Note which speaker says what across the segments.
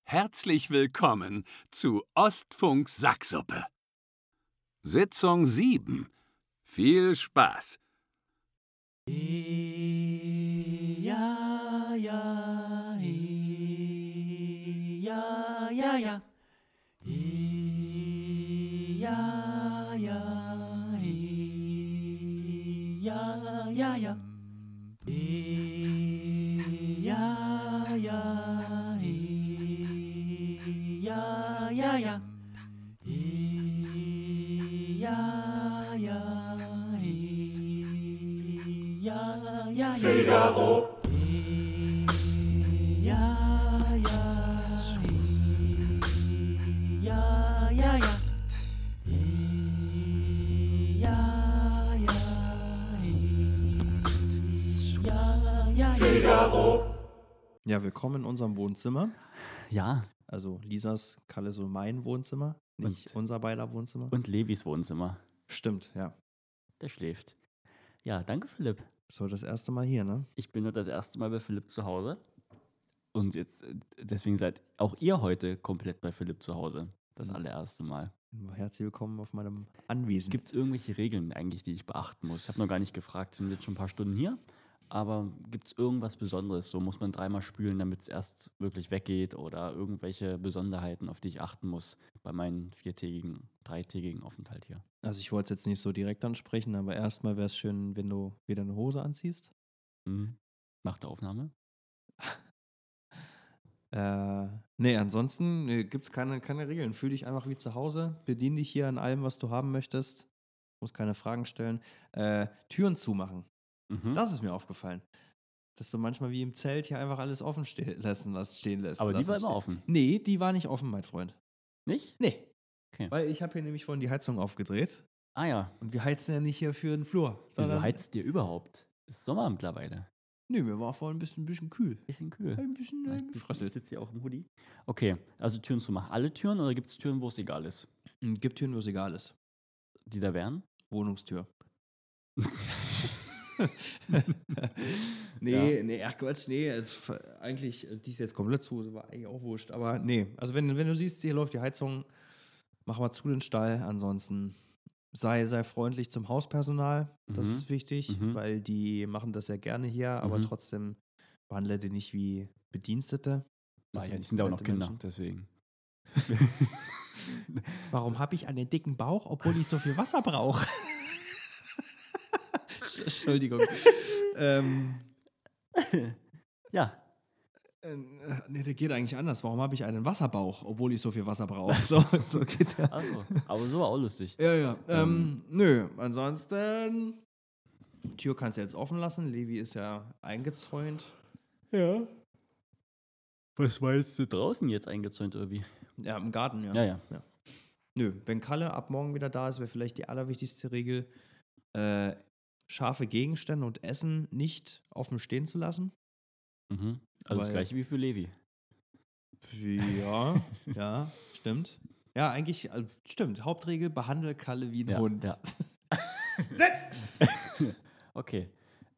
Speaker 1: Herzlich willkommen zu Ostfunk Sacksuppe. Sitzung 7. Viel Spaß.
Speaker 2: Ja, ja, ja, ja, ja. Ja, ja, ja, ja, ja. Ja, ja, ja, ja, ja. Ja, ja, ja, ja, Figaro. Ja, ja, ja, ja, ja. Ja, ja, ja, Figaro.
Speaker 3: Ja, willkommen in unserem Wohnzimmer.
Speaker 2: Ja,
Speaker 3: Also Lisas, Kalles und mein Wohnzimmer, nicht
Speaker 2: Und-
Speaker 3: unser beider Wohnzimmer.
Speaker 2: und Levis Wohnzimmer.
Speaker 3: Stimmt, ja.
Speaker 2: Der schläft. Ja, danke Philipp.
Speaker 3: So das erste Mal hier, ne?
Speaker 2: Ich bin heute das erste Mal bei Philipp zu Hause. Und jetzt, deswegen seid auch ihr heute komplett bei Philipp zu Hause. Das allererste Mal.
Speaker 3: Herzlich willkommen auf meinem Anwesen.
Speaker 2: Gibt es irgendwelche Regeln eigentlich, die ich beachten muss? Ich habe noch gar nicht gefragt, sind jetzt schon ein paar Stunden hier. Aber gibt es irgendwas Besonderes? So muss man dreimal spülen, damit es erst wirklich weggeht? Oder irgendwelche Besonderheiten, auf die ich achten muss bei meinem dreitägigen Aufenthalt hier?
Speaker 3: Also ich wollte es jetzt nicht so direkt ansprechen, aber erstmal wäre es schön, wenn du wieder eine Hose anziehst.
Speaker 2: Mhm. Nach der Aufnahme?
Speaker 3: Nee, ansonsten gibt es keine Regeln. Fühl dich einfach wie zu Hause. Bedien dich hier an allem, was du haben möchtest. Muss keine Fragen stellen. Türen zumachen.
Speaker 2: Mhm.
Speaker 3: Das ist mir aufgefallen. Dass du manchmal wie im Zelt hier einfach alles offen stehen lässt.
Speaker 2: Aber die war immer offen.
Speaker 3: Nee, die war nicht offen, mein Freund.
Speaker 2: Nicht?
Speaker 3: Nee.
Speaker 2: Okay.
Speaker 3: Weil ich habe hier nämlich vorhin die Heizung aufgedreht.
Speaker 2: Ah ja.
Speaker 3: Und wir heizen ja nicht hier für den Flur.
Speaker 2: Wieso heizt ihr überhaupt? Es ist Sommer mittlerweile.
Speaker 3: Nee, mir war vorhin ein bisschen kühl.
Speaker 2: Bisschen kühl.
Speaker 3: Ein bisschen
Speaker 2: Ich
Speaker 3: gefröstelt.
Speaker 2: sitze hier auch im Hoodie. Okay, also Türen zu machen. Alle Türen oder gibt es Türen, wo es egal ist?
Speaker 3: Gibt Türen, wo es egal ist.
Speaker 2: Die da wären?
Speaker 3: Wohnungstür.
Speaker 2: Ja.
Speaker 3: Nee, ach Quatsch, nee. Eigentlich, die ist jetzt komplett zu, war eigentlich auch wurscht. Aber nee, also wenn du siehst, hier läuft die Heizung, mach mal zu den Stall. Ansonsten sei freundlich zum Hauspersonal. Das ist wichtig, weil die machen das ja gerne hier, aber trotzdem behandle die nicht wie Bedienstete. Das
Speaker 2: Die sind ja auch noch
Speaker 3: nette
Speaker 2: Kinder,
Speaker 3: Menschen.
Speaker 2: deswegen.
Speaker 3: Warum habe ich einen dicken Bauch, obwohl ich so viel Wasser brauche? Entschuldigung.
Speaker 2: Ja.
Speaker 3: Nee, der geht eigentlich anders. Warum habe ich einen Wasserbauch, obwohl ich so viel Wasser brauche? So geht der.
Speaker 2: Achso, aber so war auch lustig.
Speaker 3: Ja. Nö, ansonsten, Tür kannst du jetzt offen lassen. Levi ist ja eingezäunt.
Speaker 2: Ja. Was war jetzt draußen jetzt eingezäunt irgendwie?
Speaker 3: Ja, im Garten, ja.
Speaker 2: Ja.
Speaker 3: Nö, wenn Kalle ab morgen wieder da ist, wäre vielleicht die allerwichtigste Regel, scharfe Gegenstände und Essen nicht offen stehen zu lassen.
Speaker 2: Mhm. Also das
Speaker 3: Weil-
Speaker 2: gleiche wie für Levi.
Speaker 3: Ja, stimmt. Ja, eigentlich, stimmt. Hauptregel, behandle Kalle wie ein Hund.
Speaker 2: Ja.
Speaker 3: Setz!
Speaker 2: Okay.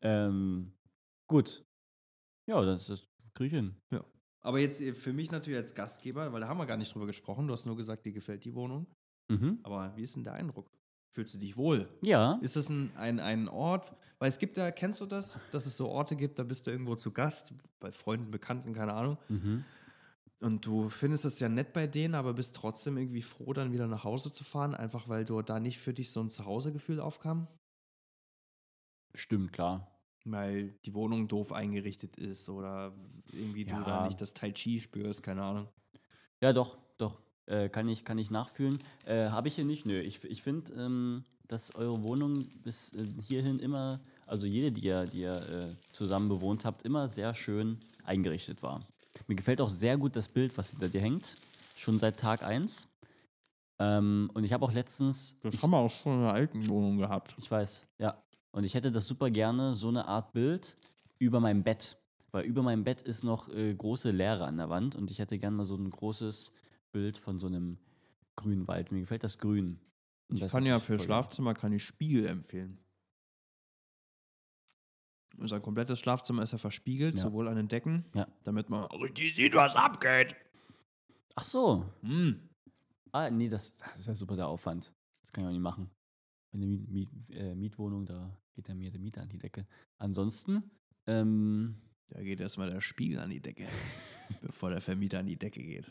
Speaker 2: Gut. Ja, das krieg ich hin.
Speaker 3: Ja. Aber jetzt für mich natürlich als Gastgeber, weil da haben wir gar nicht drüber gesprochen. Du hast nur gesagt, dir gefällt die Wohnung.
Speaker 2: Mhm.
Speaker 3: Aber wie ist denn der Eindruck? Fühlst du dich wohl?
Speaker 2: Ja.
Speaker 3: Ist das ein Ort? Weil es gibt ja, kennst du das? Dass es so Orte gibt, da bist du irgendwo zu Gast, bei Freunden, Bekannten, keine Ahnung.
Speaker 2: Mhm.
Speaker 3: Und du findest es ja nett bei denen, aber bist trotzdem irgendwie froh, dann wieder nach Hause zu fahren, einfach weil du da nicht für dich so ein Zuhausegefühl aufkam?
Speaker 2: Stimmt, klar.
Speaker 3: Weil die Wohnung doof eingerichtet ist oder irgendwie du
Speaker 2: Ja.
Speaker 3: da nicht das Tai Chi spürst, keine Ahnung.
Speaker 2: Ja, doch. Kann ich nachfühlen. Habe ich hier nicht? Nö. Ich finde, dass eure Wohnung bis hierhin immer, also jede, die ihr zusammen bewohnt habt, immer sehr schön eingerichtet war. Mir gefällt auch sehr gut das Bild, was hinter dir hängt. Schon seit Tag 1. Und ich habe auch letztens.
Speaker 3: haben wir auch schon in einer alten Wohnung gehabt.
Speaker 2: Ich weiß, ja. Und ich hätte das super gerne, so eine Art Bild über meinem Bett. Weil über meinem Bett ist noch große Leere an der Wand und ich hätte gerne mal so ein großes Bild von so einem grünen Wald. Mir gefällt das Grün. Und
Speaker 3: Ich
Speaker 2: das
Speaker 3: kann
Speaker 2: hätte
Speaker 3: ja
Speaker 2: ich
Speaker 3: für
Speaker 2: voll
Speaker 3: Schlafzimmer Spiegel empfehlen. Unser komplettes Schlafzimmer ist ja verspiegelt,
Speaker 2: Ja.
Speaker 3: sowohl an den Decken,
Speaker 2: Ja.
Speaker 3: damit man richtig sieht, was abgeht.
Speaker 2: Ach so.
Speaker 3: Hm.
Speaker 2: Ah, nee, das ist ja super der Aufwand. Das kann ich auch nicht machen. Eine Mietwohnung, da geht ja mir der Mieter an die Decke. Ansonsten,
Speaker 3: Da geht erstmal der Spiegel an die Decke, bevor der Vermieter an die Decke geht.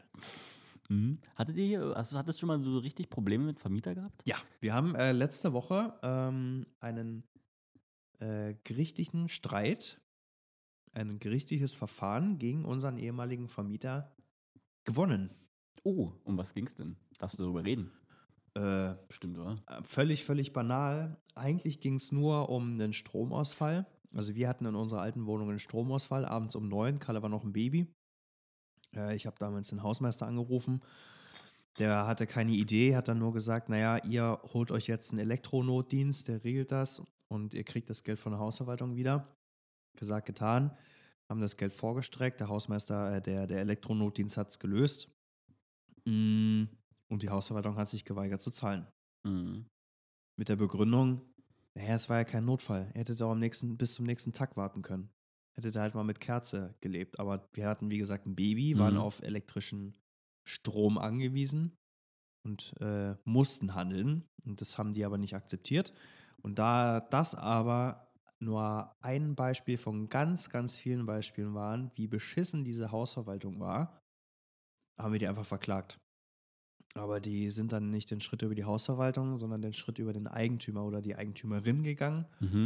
Speaker 2: hattest du schon mal so richtig Probleme mit Vermieter gehabt?
Speaker 3: Ja, wir haben letzte Woche einen gerichtlichen Streit, ein gerichtliches Verfahren gegen unseren ehemaligen Vermieter gewonnen.
Speaker 2: Oh, um was ging's denn? Darfst du darüber reden? Bestimmt, oder?
Speaker 3: Völlig banal. Eigentlich ging es nur um einen Stromausfall. Also wir hatten in unserer alten Wohnung einen Stromausfall, abends um 9. Kalle war noch ein Baby. Ich habe damals den Hausmeister angerufen. Der hatte keine Idee, hat dann nur gesagt, naja, ihr holt euch jetzt einen Elektronotdienst, der regelt das und ihr kriegt das Geld von der Hausverwaltung wieder. Gesagt, getan. Haben das Geld vorgestreckt. Der Hausmeister, der Elektronotdienst hat es gelöst. Und die Hausverwaltung hat sich geweigert zu zahlen.
Speaker 2: Mhm.
Speaker 3: Mit der Begründung, naja, es war ja kein Notfall. Er hätte doch bis zum nächsten Tag warten können. Hätte da halt mal mit Kerze gelebt. Aber wir hatten, wie gesagt, ein Baby, waren auf elektrischen Strom angewiesen und mussten handeln. Und das haben die aber nicht akzeptiert. Und da das aber nur ein Beispiel von ganz, ganz vielen Beispielen waren, wie beschissen diese Hausverwaltung war, haben wir die einfach verklagt. Aber die sind dann nicht den Schritt über die Hausverwaltung, sondern den Schritt über den Eigentümer oder die Eigentümerin gegangen,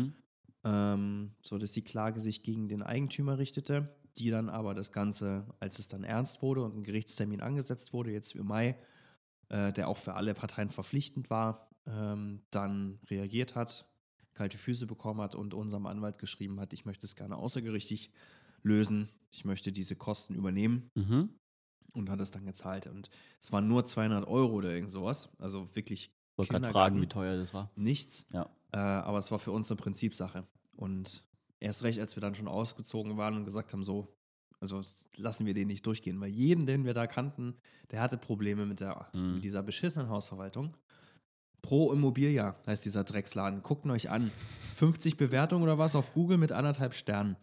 Speaker 3: sodass die Klage sich gegen den Eigentümer richtete, die dann aber das Ganze, als es dann ernst wurde und ein Gerichtstermin angesetzt wurde, jetzt für Mai, der auch für alle Parteien verpflichtend war, dann reagiert hat, kalte Füße bekommen hat und unserem Anwalt geschrieben hat, ich möchte es gerne außergerichtlich lösen, ich möchte diese Kosten übernehmen. Und hat es dann gezahlt. Und es waren nur 200 Euro oder irgend sowas. Also wirklich
Speaker 2: Ich wollte gerade
Speaker 3: Kindergarten.
Speaker 2: fragen, wie teuer das war.
Speaker 3: Nichts.
Speaker 2: Ja.
Speaker 3: Aber es war für uns eine Prinzipsache. Und erst recht, als wir dann schon ausgezogen waren und gesagt haben, so, also lassen wir den nicht durchgehen. Weil jeden, den wir da kannten, der hatte Probleme mit dieser beschissenen Hausverwaltung. Pro Immobilia heißt dieser Drecksladen. Guckt ihn euch an. 50 Bewertungen oder was auf Google mit 1,5 Sternen.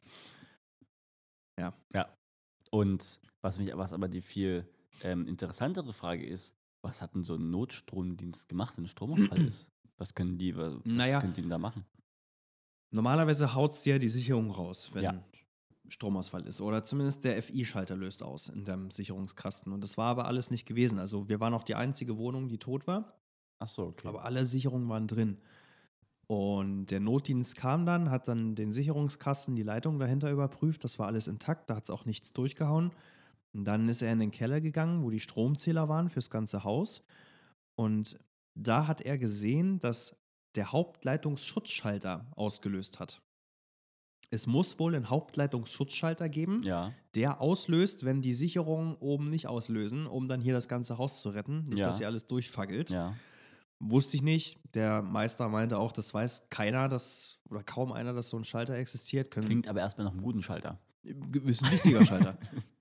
Speaker 3: Ja.
Speaker 2: Und was aber die viel interessantere Frage ist, was hat denn so ein Notstromdienst gemacht, wenn ein Stromausfall ist? Was können die denn da machen?
Speaker 3: Normalerweise haut es dir die Sicherung raus, wenn
Speaker 2: Ja.
Speaker 3: Stromausfall ist. Oder zumindest der FI-Schalter löst aus in deinem Sicherungskasten. Und das war aber alles nicht gewesen. Also wir waren auch die einzige Wohnung, die tot war.
Speaker 2: Ach so, okay.
Speaker 3: Aber alle Sicherungen waren drin. Und der Notdienst kam dann, hat dann den Sicherungskasten, die Leitung dahinter überprüft. Das war alles intakt, da hat es auch nichts durchgehauen. Und dann ist er in den Keller gegangen, wo die Stromzähler waren fürs ganze Haus. Und da hat er gesehen, dass der Hauptleitungsschutzschalter ausgelöst hat. Es muss wohl einen Hauptleitungsschutzschalter geben,
Speaker 2: Ja.
Speaker 3: der auslöst, wenn die Sicherungen oben nicht auslösen, um dann hier das ganze Haus zu retten. Nicht,
Speaker 2: Ja.
Speaker 3: dass hier alles durchfackelt.
Speaker 2: Ja.
Speaker 3: Wusste ich nicht. Der Meister meinte auch, das weiß keiner, oder kaum einer, dass so ein Schalter existiert.
Speaker 2: Klingt aber erstmal nach einem guten Schalter.
Speaker 3: Ist ein wichtiger Schalter.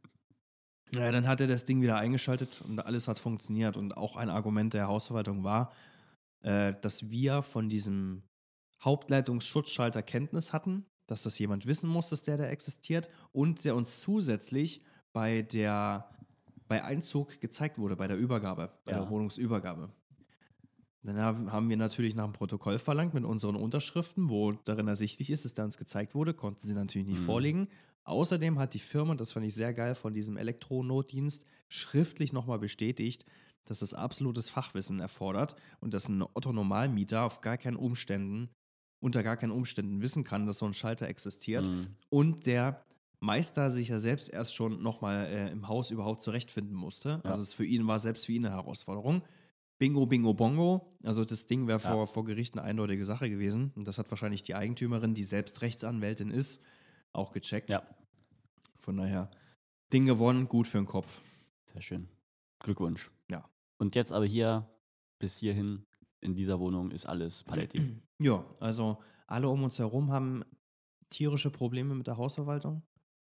Speaker 3: Ja, dann hat er das Ding wieder eingeschaltet und alles hat funktioniert. Und auch ein Argument der Hausverwaltung war, dass wir von diesem Hauptleitungsschutzschalter Kenntnis hatten, dass das jemand wissen muss, dass der da existiert und der uns zusätzlich bei Einzug gezeigt wurde, bei der Übergabe, bei
Speaker 2: Ja.
Speaker 3: der Wohnungsübergabe. Dann haben wir natürlich nach einem Protokoll verlangt mit unseren Unterschriften, wo darin ersichtlich ist, dass der uns gezeigt wurde, konnten sie natürlich nicht vorlegen. Außerdem hat die Firma, das fand ich sehr geil, von diesem Elektronotdienst schriftlich nochmal bestätigt, dass das absolutes Fachwissen erfordert und dass ein Otto-Normalmieter unter gar keinen Umständen wissen kann, dass so ein Schalter existiert und der Meister sich ja selbst erst schon nochmal im Haus überhaupt zurechtfinden musste.
Speaker 2: Ja.
Speaker 3: Also war selbst für ihn eine Herausforderung. Bingo, bingo, bongo. Also das Ding wäre vor Gericht eine eindeutige Sache gewesen. Und das hat wahrscheinlich die Eigentümerin, die selbst Rechtsanwältin ist, auch gecheckt.
Speaker 2: Ja.
Speaker 3: Von daher, Ding gewonnen, gut für den Kopf.
Speaker 2: Sehr schön. Glückwunsch.
Speaker 3: Ja.
Speaker 2: Und jetzt aber hier, bis hierhin, in dieser Wohnung ist alles paletti.
Speaker 3: Ja, also alle um uns herum haben tierische Probleme mit der Hausverwaltung.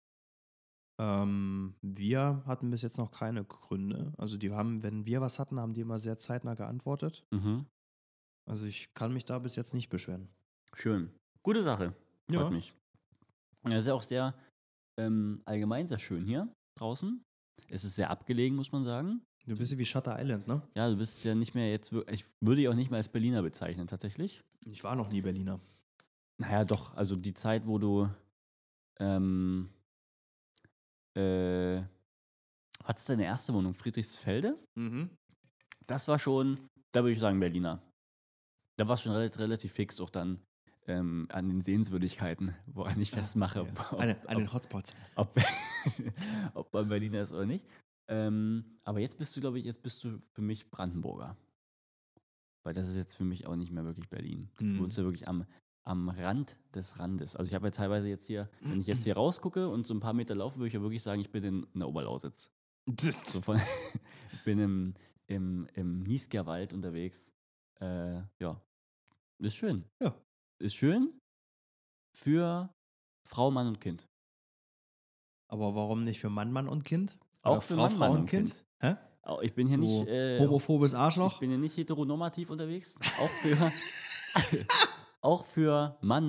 Speaker 3: Wir hatten bis jetzt noch keine Gründe. Also wenn wir was hatten, haben die immer sehr zeitnah geantwortet. Also ich kann mich da bis jetzt nicht beschweren.
Speaker 2: Schön. Gute Sache. Freut
Speaker 3: Ja.
Speaker 2: mich. Und es ist ja auch sehr allgemein sehr schön hier draußen. Es ist sehr abgelegen, muss man sagen.
Speaker 3: Du bist wie Shutter Island, ne?
Speaker 2: Ja, du bist ja nicht mehr jetzt wirklich, ich würde dich auch nicht mehr als Berliner bezeichnen, tatsächlich.
Speaker 3: Ich war noch nie Berliner.
Speaker 2: Naja, doch, also die Zeit, wo du, ähm, hattest du deine erste Wohnung, Friedrichsfelde?
Speaker 3: Mhm.
Speaker 2: Das war schon, da würde ich sagen, Berliner. Da war es schon relativ fix, auch dann an den Sehenswürdigkeiten, woran ich festmache,
Speaker 3: An den Hotspots.
Speaker 2: ob, ob man Berliner ist oder nicht. Aber jetzt bist du, glaube ich, jetzt bist du für mich Brandenburger. Weil das ist jetzt für mich auch nicht mehr wirklich Berlin. Du wohnst ja wirklich am Rand des Randes. Also ich habe ja teilweise jetzt hier, wenn ich jetzt hier rausgucke und so ein paar Meter laufe, würde ich ja wirklich sagen, ich bin in der Oberlausitz. So von, ich bin im Niesgerwald unterwegs. Ja, ist schön.
Speaker 3: Ja.
Speaker 2: Ist schön für Frau, Mann und Kind.
Speaker 3: Aber warum nicht für Mann und Kind?
Speaker 2: Auch
Speaker 3: Oder
Speaker 2: für
Speaker 3: Frau,
Speaker 2: Mann,
Speaker 3: Frau
Speaker 2: Mann
Speaker 3: und
Speaker 2: und
Speaker 3: Kind?
Speaker 2: Kind.
Speaker 3: Hä?
Speaker 2: Ich bin hier
Speaker 3: Du
Speaker 2: nicht
Speaker 3: homophobes
Speaker 2: ich
Speaker 3: Arschloch?
Speaker 2: bin hier nicht heteronormativ unterwegs. Auch für auch für Mann,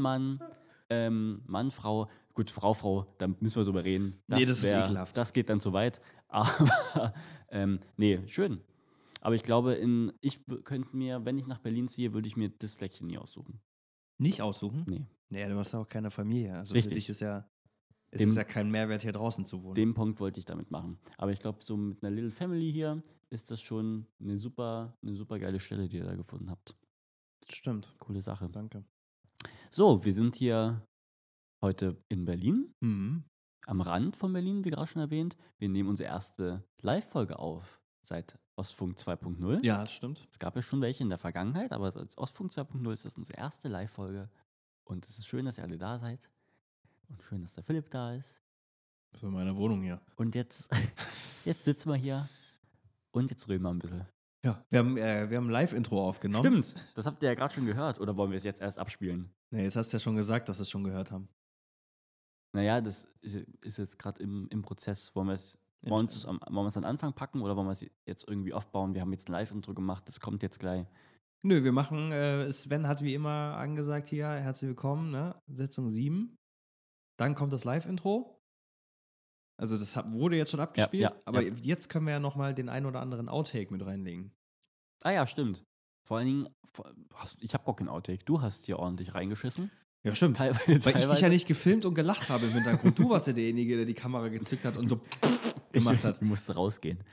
Speaker 2: Mann, Frau. Gut, Frau, da müssen wir drüber reden.
Speaker 3: Nee, das ist ekelhaft.
Speaker 2: Das geht dann zu weit. Aber nee, schön. Aber ich glaube, könnte mir, wenn ich nach Berlin ziehe, würde ich mir das Fleckchen nie aussuchen.
Speaker 3: Nicht aussuchen?
Speaker 2: Nee.
Speaker 3: Nee, du hast ja auch keine Familie. Also
Speaker 2: Richtig.
Speaker 3: für dich ist ja
Speaker 2: Dem-
Speaker 3: kein Mehrwert, hier draußen zu wohnen.
Speaker 2: Den Punkt wollte ich damit machen. Aber ich glaube, so mit einer Little Family hier ist das schon eine super geile Stelle, die ihr da gefunden habt.
Speaker 3: Stimmt.
Speaker 2: Coole Sache.
Speaker 3: Danke.
Speaker 2: So, wir sind hier heute in Berlin,
Speaker 3: Mhm.
Speaker 2: am Rand von Berlin, wie gerade schon erwähnt. Wir nehmen unsere erste Live-Folge auf seit Ostfunk 2.0.
Speaker 3: Ja, das stimmt.
Speaker 2: Es gab ja schon welche in der Vergangenheit, aber als Ostfunk 2.0 ist das unsere erste Live-Folge. Und es ist schön, dass ihr alle da seid. Und schön, dass der Philipp da ist.
Speaker 3: Für meine Wohnung hier.
Speaker 2: Und jetzt sitzen wir hier und jetzt reden wir ein bisschen.
Speaker 3: Ja. Wir haben ein Live-Intro aufgenommen.
Speaker 2: Stimmt, das habt ihr ja gerade schon gehört. Oder wollen wir es jetzt erst abspielen?
Speaker 3: Nee, jetzt hast du ja schon gesagt, dass wir es schon gehört haben.
Speaker 2: Naja, das ist jetzt gerade im Prozess. Wollen wir es an Anfang packen oder wollen wir es jetzt irgendwie aufbauen? Wir haben jetzt ein Live-Intro gemacht, das kommt jetzt gleich.
Speaker 3: Nö, wir machen, Sven hat wie immer angesagt hier, herzlich willkommen, ne? Sitzung 7. Dann kommt das Live-Intro. Also das wurde jetzt schon abgespielt,
Speaker 2: ja,
Speaker 3: aber
Speaker 2: ja.
Speaker 3: jetzt können wir ja nochmal den ein oder anderen Outtake mit reinlegen.
Speaker 2: Ah ja, stimmt. Vor allen Dingen, ich habe gar keinen Outtake. Du hast hier ordentlich reingeschissen.
Speaker 3: Ja, stimmt.
Speaker 2: Teilweise.
Speaker 3: Weil ich dich ja nicht gefilmt und gelacht habe im Hintergrund. Du warst ja derjenige, der die Kamera gezückt hat und so gemacht hat.
Speaker 2: Ich musste rausgehen.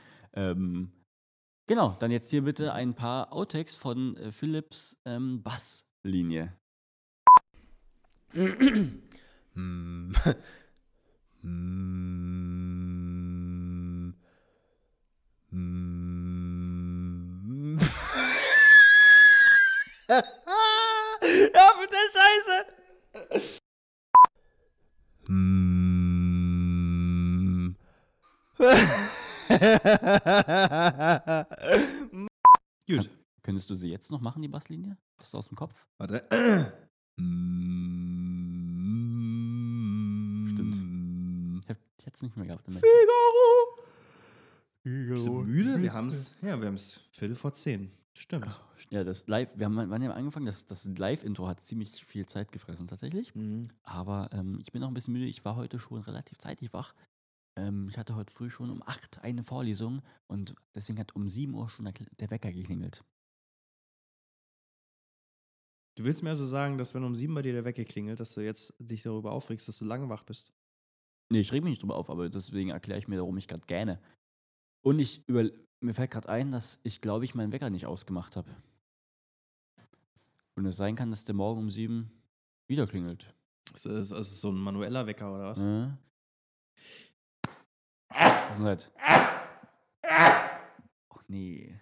Speaker 2: Genau, dann jetzt hier bitte ein paar Outtakes von Philipps Basslinie.
Speaker 3: Ja, mit der Scheiße! Gut.
Speaker 2: Könntest du sie jetzt noch machen, die Basslinie? Hast du aus dem Kopf?
Speaker 3: Warte.
Speaker 2: Stimmt. Ich hätte es nicht mehr gehabt.
Speaker 3: Figaro! Bist du müde? Wir haben es 10:15. Stimmt.
Speaker 2: Ja, das Live, wann haben wir angefangen? Das Live-Intro hat ziemlich viel Zeit gefressen, tatsächlich. Aber ich bin noch ein bisschen müde. Ich war heute schon relativ zeitig wach. Ich hatte heute früh schon um 8 eine Vorlesung und deswegen hat um 7 Uhr schon der Wecker geklingelt.
Speaker 3: Du willst mir also sagen, dass wenn um 7 bei dir der Wecker klingelt, dass du jetzt dich darüber aufregst, dass du lange wach bist?
Speaker 2: Nee, ich reg mich nicht drüber auf, aber deswegen erkläre ich mir, warum ich gerade gähne. Und mir fällt gerade ein, dass ich, glaube ich, meinen Wecker nicht ausgemacht habe. Und es sein kann, dass der morgen um 7 wieder klingelt.
Speaker 3: Das ist so ein manueller Wecker oder was?
Speaker 2: Gesundheit. Ach nee.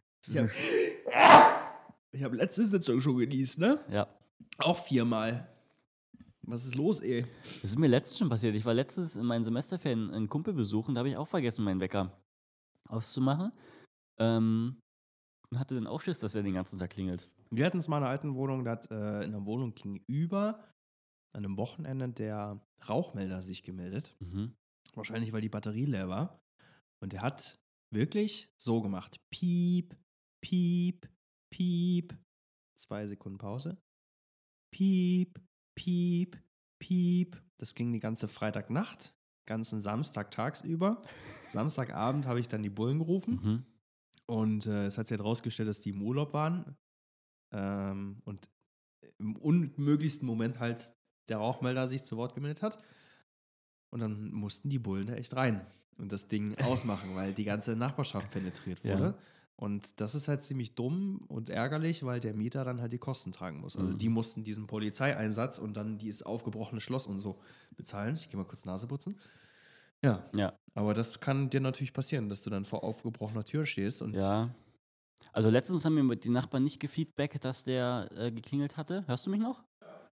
Speaker 3: Ich habe letzte Sitzung schon genießt, ne?
Speaker 2: Ja.
Speaker 3: Auch 4-mal. Was ist los, ey?
Speaker 2: Das ist mir letztens schon passiert. Ich war letztens in meinen Semesterferien einen Kumpel besuchen, da habe ich auch vergessen, meinen Wecker auszumachen. Und hatte dann auch Schiss, dass er den ganzen Tag klingelt.
Speaker 3: Wir hatten es mal in einer alten Wohnung, da hat in einer Wohnung gegenüber an einem Wochenende der Rauchmelder sich gemeldet.
Speaker 2: Mhm.
Speaker 3: Wahrscheinlich, weil die Batterie leer war. Und der hat wirklich so gemacht. Piep, piep, piep. 2 Sekunden Pause. Piep, piep, piep. Das ging die ganze Freitagnacht, ganzen Samstag tagsüber. Samstagabend habe ich dann die Bullen gerufen.
Speaker 2: Mhm.
Speaker 3: Und es hat sich halt rausgestellt, dass die im Urlaub waren und im unmöglichsten Moment halt der Rauchmelder sich zu Wort gemeldet hat. Und dann mussten die Bullen da echt rein und das Ding ausmachen, weil die ganze Nachbarschaft penetriert wurde.
Speaker 2: Ja.
Speaker 3: Und das ist halt ziemlich dumm und ärgerlich, weil der Mieter dann halt die Kosten tragen muss. Also die mussten diesen Polizeieinsatz und dann dieses aufgebrochene Schloss und so bezahlen. Ich gehe mal kurz Nase putzen. Ja,
Speaker 2: Ja.
Speaker 3: aber das kann dir natürlich passieren, dass du dann vor aufgebrochener Tür stehst und
Speaker 2: Ja. Also letztens haben mir die Nachbarn nicht gefeedbackt, dass der geklingelt hatte. Hörst du mich noch?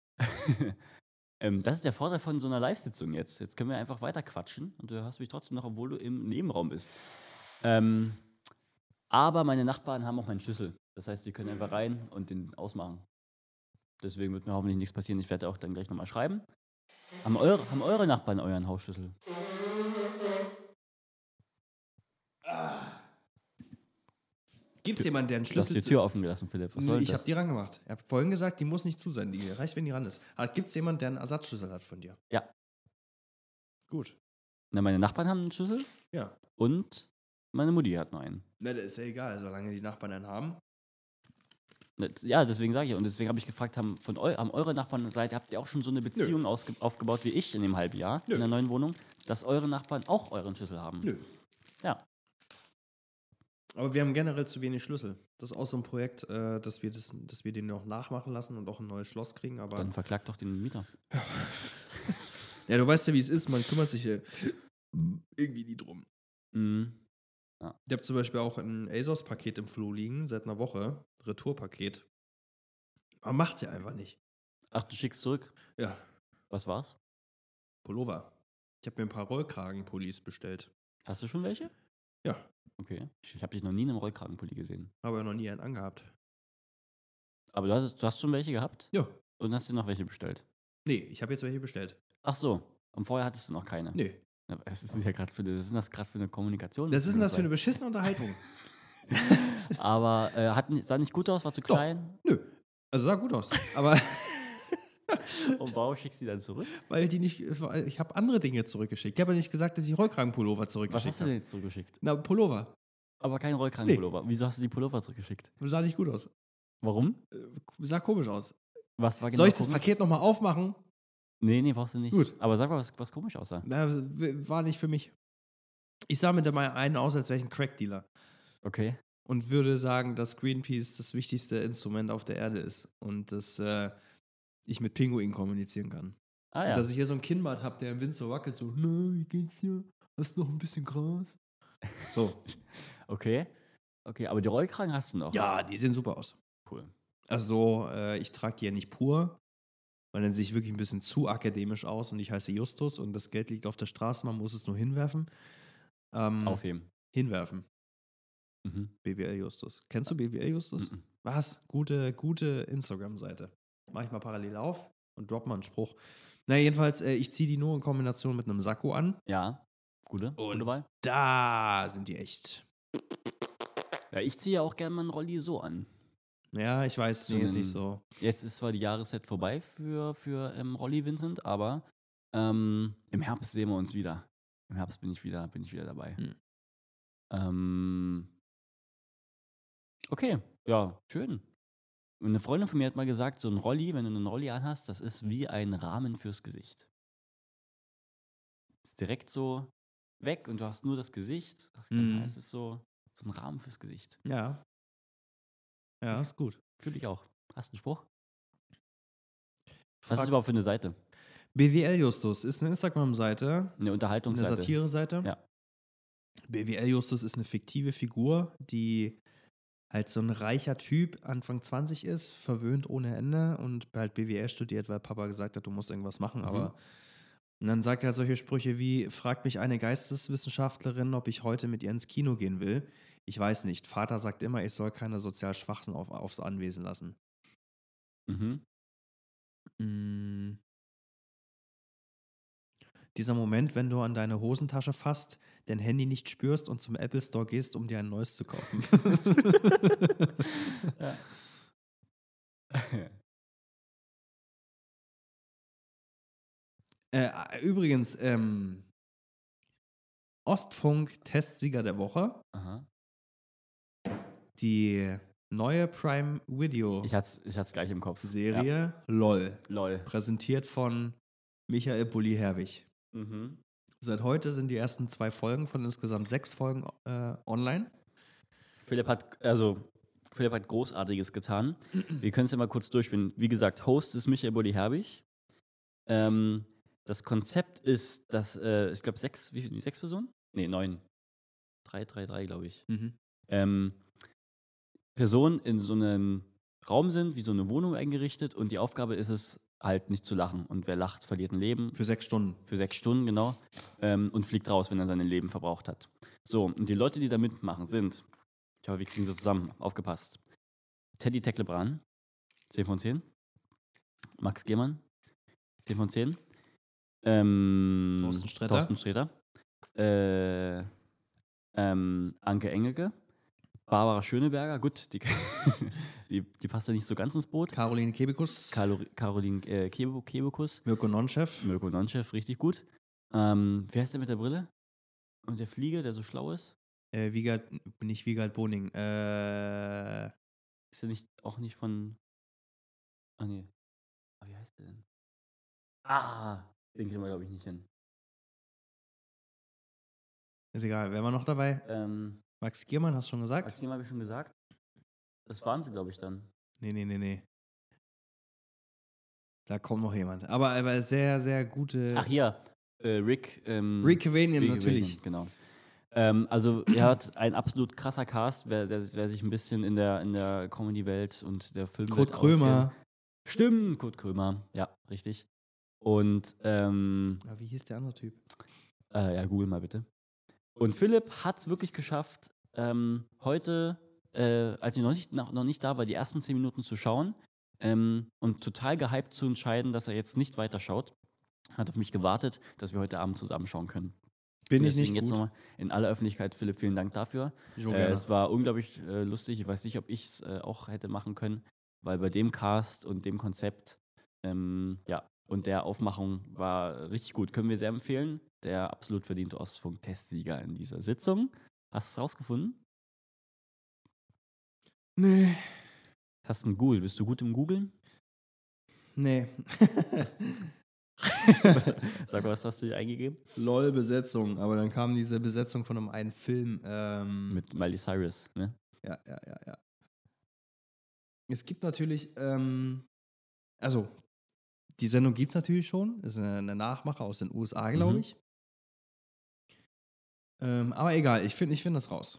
Speaker 2: Das ist der Vorteil von so einer Live-Sitzung jetzt. Jetzt können wir einfach weiter quatschen und du hörst mich trotzdem noch, obwohl du im Nebenraum bist. Aber meine Nachbarn haben auch meinen Schlüssel. Das heißt, die können einfach rein und den ausmachen. Deswegen wird mir hoffentlich nichts passieren. Ich werde auch dann gleich nochmal schreiben. Haben eure Nachbarn euren Hausschlüssel?
Speaker 3: gibt es jemanden, der einen
Speaker 2: Du hast
Speaker 3: Schlüssel
Speaker 2: die Tür offen gelassen, Philipp. Was soll
Speaker 3: Ich habe
Speaker 2: das?
Speaker 3: die rangemacht. Ich habe vorhin gesagt, die muss nicht zu sein. Die reicht, wenn die ran ist. Gibt es jemanden, der einen Ersatzschlüssel hat von dir?
Speaker 2: Ja.
Speaker 3: Gut.
Speaker 2: Na, meine Nachbarn haben einen Schlüssel
Speaker 3: Ja.
Speaker 2: und meine Mutti hat noch einen.
Speaker 3: Ne, das ist ja egal, solange die Nachbarn einen haben.
Speaker 2: Ja, deswegen sage ich. Und deswegen habe ich gefragt, haben eure Nachbarn, habt ihr auch schon so eine Beziehung aufgebaut wie ich in dem halben Jahr
Speaker 3: Nö.
Speaker 2: in der neuen Wohnung, dass eure Nachbarn auch euren Schlüssel haben?
Speaker 3: Nö.
Speaker 2: Ja.
Speaker 3: Aber wir haben generell zu wenig Schlüssel. Das ist auch so ein Projekt, dass wir den noch nachmachen lassen und auch ein neues Schloss kriegen. Aber
Speaker 2: Dann verklagt doch den Mieter.
Speaker 3: ja, du weißt ja, wie es ist. Man kümmert sich irgendwie nie drum.
Speaker 2: Mhm.
Speaker 3: Ich habe zum Beispiel auch ein ASOS-Paket im Flur liegen, seit einer Woche. Retourpaket. Man macht es ja einfach nicht.
Speaker 2: Ach, du schickst zurück?
Speaker 3: Ja,
Speaker 2: Was war's?
Speaker 3: Pullover. Ich habe mir ein paar Rollkragenpullis bestellt.
Speaker 2: Hast du schon welche?
Speaker 3: Ja,
Speaker 2: Okay. Ich habe dich noch nie in einem Rollkragenpulli gesehen.
Speaker 3: habe ja noch nie einen angehabt.
Speaker 2: Aber du hast schon welche gehabt?
Speaker 3: Ja.
Speaker 2: Und hast dir noch welche bestellt?
Speaker 3: Nee, ich habe jetzt welche bestellt.
Speaker 2: Ach so. Und vorher hattest du noch keine?
Speaker 3: Nee.
Speaker 2: Ja, was ist ja gerade was ist das gerade für eine Kommunikation?
Speaker 3: Das ist denn das für eine beschissene Unterhaltung?
Speaker 2: Aber sah nicht gut aus, war zu
Speaker 3: Doch.
Speaker 2: klein.
Speaker 3: Nö. Also sah gut aus. Aber
Speaker 2: Und warum schickst du die dann zurück?
Speaker 3: weil ich habe andere Dinge zurückgeschickt. Ich habe ja nicht gesagt, dass ich Rollkragenpullover
Speaker 2: Was
Speaker 3: zurückgeschickt
Speaker 2: hast du
Speaker 3: habe.
Speaker 2: denn jetzt zurückgeschickt?
Speaker 3: Na, Pullover.
Speaker 2: Aber kein Rollkragenpullover. Wieso hast du die Pullover zurückgeschickt?
Speaker 3: Sah nicht gut aus.
Speaker 2: Warum?
Speaker 3: Sah komisch aus.
Speaker 2: Was war genau
Speaker 3: Soll ich das
Speaker 2: komisch?
Speaker 3: Paket nochmal aufmachen?
Speaker 2: Nee, brauchst du nicht.
Speaker 3: Gut.
Speaker 2: Aber sag mal, was komisch aussah.
Speaker 3: Na, war nicht für mich. Ich sah mit der Mal einen aus, als wäre ich ein Crack-Dealer.
Speaker 2: Okay.
Speaker 3: Und würde sagen, dass Greenpeace das wichtigste Instrument auf der Erde ist. Und dass ich mit Pinguinen kommunizieren kann.
Speaker 2: Ah
Speaker 3: Und
Speaker 2: ja.
Speaker 3: dass ich hier so ein Kinnbart habe, der im Wind so wackelt, so, na, wie geht's dir? Hast du noch ein bisschen Gras? So.
Speaker 2: Okay. Okay, aber die Rollkragen hast du noch.
Speaker 3: Ja, die sehen super aus.
Speaker 2: Cool.
Speaker 3: Also, ich trage die ja nicht pur, weil dann sehe ich wirklich ein bisschen zu akademisch aus und ich heiße Justus und das Geld liegt auf der Straße, man muss es nur hinwerfen.
Speaker 2: Aufheben.
Speaker 3: Hinwerfen.
Speaker 2: Mhm.
Speaker 3: BWL Justus. Kennst du BWL Justus?
Speaker 2: Mhm.
Speaker 3: Was? Gute Instagram-Seite. Mach ich mal parallel auf und drop mal einen Spruch. Na, jedenfalls, ich ziehe die nur in Kombination mit einem Sakko an.
Speaker 2: Ja. Gute Wahl.
Speaker 3: Da sind die echt.
Speaker 2: Ja, ich ziehe ja auch gerne mal einen Rolli so an.
Speaker 3: Ja, ich weiß,
Speaker 2: So
Speaker 3: nee, ist
Speaker 2: einen-
Speaker 3: nicht so.
Speaker 2: Jetzt ist zwar die Jahreszeit vorbei für Rolli Vincent, aber im Herbst sehen wir uns wieder. Im Herbst bin ich wieder dabei. Okay, ja, schön. Und eine Freundin von mir hat mal gesagt, so ein Rolli, wenn du einen Rolli anhast, das ist wie ein Rahmen fürs Gesicht. Ist direkt so weg und du hast nur das Gesicht. Es ist so ein Rahmen fürs Gesicht.
Speaker 3: Ja. Ja, ist gut.
Speaker 2: Fühle ich auch. Hast du einen Spruch? Was ist
Speaker 3: Frag-
Speaker 2: überhaupt für eine Seite?
Speaker 3: BWL Justus ist eine Instagram-Seite,
Speaker 2: Eine
Speaker 3: eine
Speaker 2: Unterhaltungsseite.
Speaker 3: Satire-Seite.
Speaker 2: Ja.
Speaker 3: BWL Justus ist eine fiktive Figur, die halt so ein reicher Typ, Anfang 20 ist, verwöhnt ohne Ende und halt BWL studiert, weil Papa gesagt hat, du musst irgendwas machen, aber und dann sagt er halt solche Sprüche wie, fragt mich eine Geisteswissenschaftlerin, ob ich heute mit ihr ins Kino gehen will. Ich weiß nicht. Vater sagt immer, ich soll keine sozial Schwachen aufs Anwesen lassen.
Speaker 2: Mhm.
Speaker 3: Dieser Moment, wenn du an deine Hosentasche fasst, dein Handy nicht spürst und zum Apple Store gehst, um dir ein neues zu kaufen. Übrigens, Ostfunk-Testsieger der Woche.
Speaker 2: Aha.
Speaker 3: Die neue Prime Video
Speaker 2: Ich hatte es gleich im Kopf.
Speaker 3: Serie LOL.
Speaker 2: Ja. LOL.
Speaker 3: Präsentiert von Michael Bulli-Herwig.
Speaker 2: Mhm.
Speaker 3: Seit heute sind die ersten 2 Folgen von insgesamt 6 Folgen online.
Speaker 2: Philipp hat Großartiges getan. Wir können es ja mal kurz durchspielen. Wie gesagt, Host ist Michael Bulli-Herbig. Das Konzept ist, dass, ich glaube, 6 Personen? Nee, 9. 3, glaube ich. Personen in so einem Raum sind, wie so eine Wohnung eingerichtet und die Aufgabe ist es, halt nicht zu lachen. Und wer lacht, verliert ein Leben.
Speaker 3: Für 6 Stunden.
Speaker 2: Für 6 Stunden, genau. Und fliegt raus, wenn er sein Leben verbraucht hat. So, und die Leute, die da mitmachen, sind, ich hoffe, wir kriegen sie zusammen, aufgepasst. Teddy Teklebran, 10 von 10. Max Gehmann, 10 von 10. Thorsten Sträter. Anke Engelke. Barbara Schöneberger, gut, die passt ja nicht so ganz ins Boot.
Speaker 3: Caroline Kebekus.
Speaker 2: Caroline Kebekus.
Speaker 3: Mirko Nonchef,
Speaker 2: richtig gut. Wer heißt der mit der Brille? Und der Fliege, der so schlau ist?
Speaker 3: Nicht Wiegald Boning.
Speaker 2: Ist der auch nicht von. Ah, nee. Wie heißt der denn? Den kriegen wir, glaube ich, nicht hin.
Speaker 3: Ist egal, wer war noch dabei? Max Giermann, hast du schon gesagt?
Speaker 2: Max Giermann habe ich schon gesagt. Das waren sie, glaube ich, dann.
Speaker 3: Nee. Da kommt noch jemand. Aber sehr, sehr gute.
Speaker 2: Ach, hier. Rick
Speaker 3: Cavanian, natürlich.
Speaker 2: Genau. Also, er hat ein absolut krasser Cast, wer sich ein bisschen in der Comedy-Welt und der Filmwelt
Speaker 3: Kurt Krömer.
Speaker 2: auskennt. Stimmt, Kurt Krömer. Ja, richtig. Und,
Speaker 3: wie hieß der andere Typ?
Speaker 2: Ja, google mal bitte. Und Philipp hat es wirklich geschafft, heute, als ich noch nicht da war, die ersten 10 Minuten zu schauen und total gehypt zu entscheiden, dass er jetzt nicht weiterschaut. Hat auf mich gewartet, dass wir heute Abend zusammenschauen können.
Speaker 3: Bin ich nicht
Speaker 2: Deswegen jetzt
Speaker 3: gut.
Speaker 2: nochmal in aller Öffentlichkeit, Philipp, vielen Dank dafür. Es war unglaublich lustig. Ich weiß nicht, ob ich es auch hätte machen können, weil bei dem Cast und dem Konzept, und der Aufmachung war richtig gut. Können wir sehr empfehlen. Der absolut verdiente Ostfunk-Testsieger in dieser Sitzung. Hast du es rausgefunden?
Speaker 3: Nee.
Speaker 2: Hast du einen Google? Bist du gut im Googlen?
Speaker 3: Nee.
Speaker 2: Sag mal, was hast du hier eingegeben?
Speaker 3: LOL-Besetzung, aber dann kam diese Besetzung von einem einen Film.
Speaker 2: Mit Miley Cyrus, ne?
Speaker 3: Ja. Es gibt natürlich, also, die Sendung gibt es natürlich schon. Ist eine Nachmache aus den USA, glaube ich. Aber egal, ich finde das raus.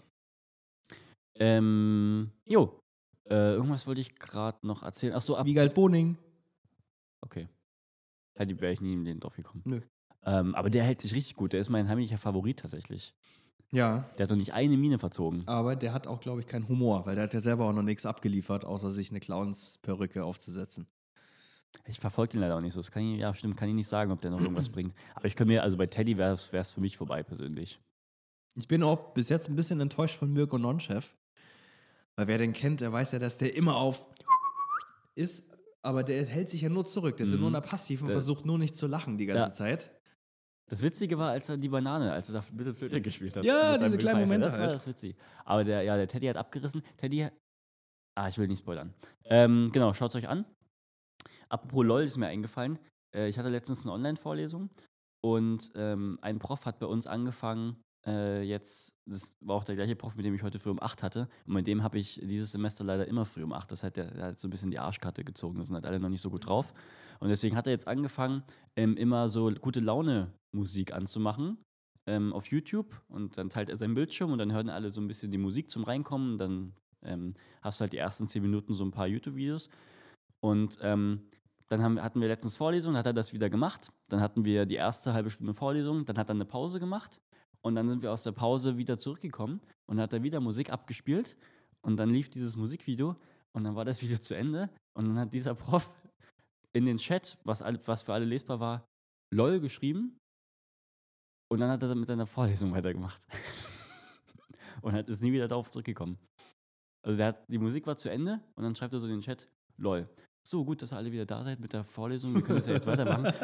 Speaker 2: Irgendwas wollte ich gerade noch erzählen. Achso,
Speaker 3: Wiegald Boning.
Speaker 2: Okay. Ja, die wäre ich nie in den drauf gekommen.
Speaker 3: Nö.
Speaker 2: Aber der hält sich richtig gut. Der ist mein heimlicher Favorit tatsächlich.
Speaker 3: Ja.
Speaker 2: Der hat doch nicht eine Miene verzogen.
Speaker 3: Aber der hat auch, glaube ich, keinen Humor, weil der hat ja selber auch noch nichts abgeliefert, außer sich eine Clowns-Perücke aufzusetzen.
Speaker 2: Ich verfolge den leider auch nicht so. Kann ich nicht sagen, ob der noch irgendwas bringt. Aber ich kann mir, also bei Teddy wäre es für mich vorbei persönlich.
Speaker 3: Ich bin auch bis jetzt ein bisschen enttäuscht von Mirko Nonchef. Weil wer den kennt, der weiß ja, dass der immer auf ist, aber der hält sich ja nur zurück. Der ist ja nur passiv und versucht nur nicht zu lachen die ganze Zeit. Das
Speaker 2: Witzige war, als er da ein bisschen Flöte gespielt hat.
Speaker 3: Ja, diese kleinen Momente
Speaker 2: das
Speaker 3: halt.
Speaker 2: war das witzig. Aber der Teddy hat abgerissen. Ich will nicht spoilern. Genau, schaut es euch an. Apropos LOL ist mir eingefallen. Ich hatte letztens eine Online-Vorlesung und ein Prof hat bei uns angefangen, das war auch der gleiche Prof, mit dem ich heute früh um 8 hatte. Und mit dem habe ich dieses Semester leider immer früh um 8. Das hat der hat so ein bisschen die Arschkarte gezogen. Da sind halt alle noch nicht so gut drauf. Und deswegen hat er jetzt angefangen, immer so gute Laune-Musik anzumachen auf YouTube. Und dann teilt er seinen Bildschirm und dann hören alle so ein bisschen die Musik zum Reinkommen. Dann hast du halt die ersten 10 Minuten so ein paar YouTube-Videos. Und dann hatten wir letztens Vorlesung, dann hat er das wieder gemacht. Dann hatten wir die erste halbe Stunde Vorlesung, dann hat er eine Pause gemacht. Und dann sind wir aus der Pause wieder zurückgekommen und dann hat er wieder Musik abgespielt. Und dann lief dieses Musikvideo und dann war das Video zu Ende. Und dann hat dieser Prof in den Chat, was für alle lesbar war, LOL geschrieben. Und dann hat er mit seiner Vorlesung weitergemacht. Und ist nie wieder darauf zurückgekommen. Also die Musik war zu Ende und dann schreibt er so in den Chat, LOL. So, gut, dass ihr alle wieder da seid mit der Vorlesung. Wir können das ja jetzt weitermachen.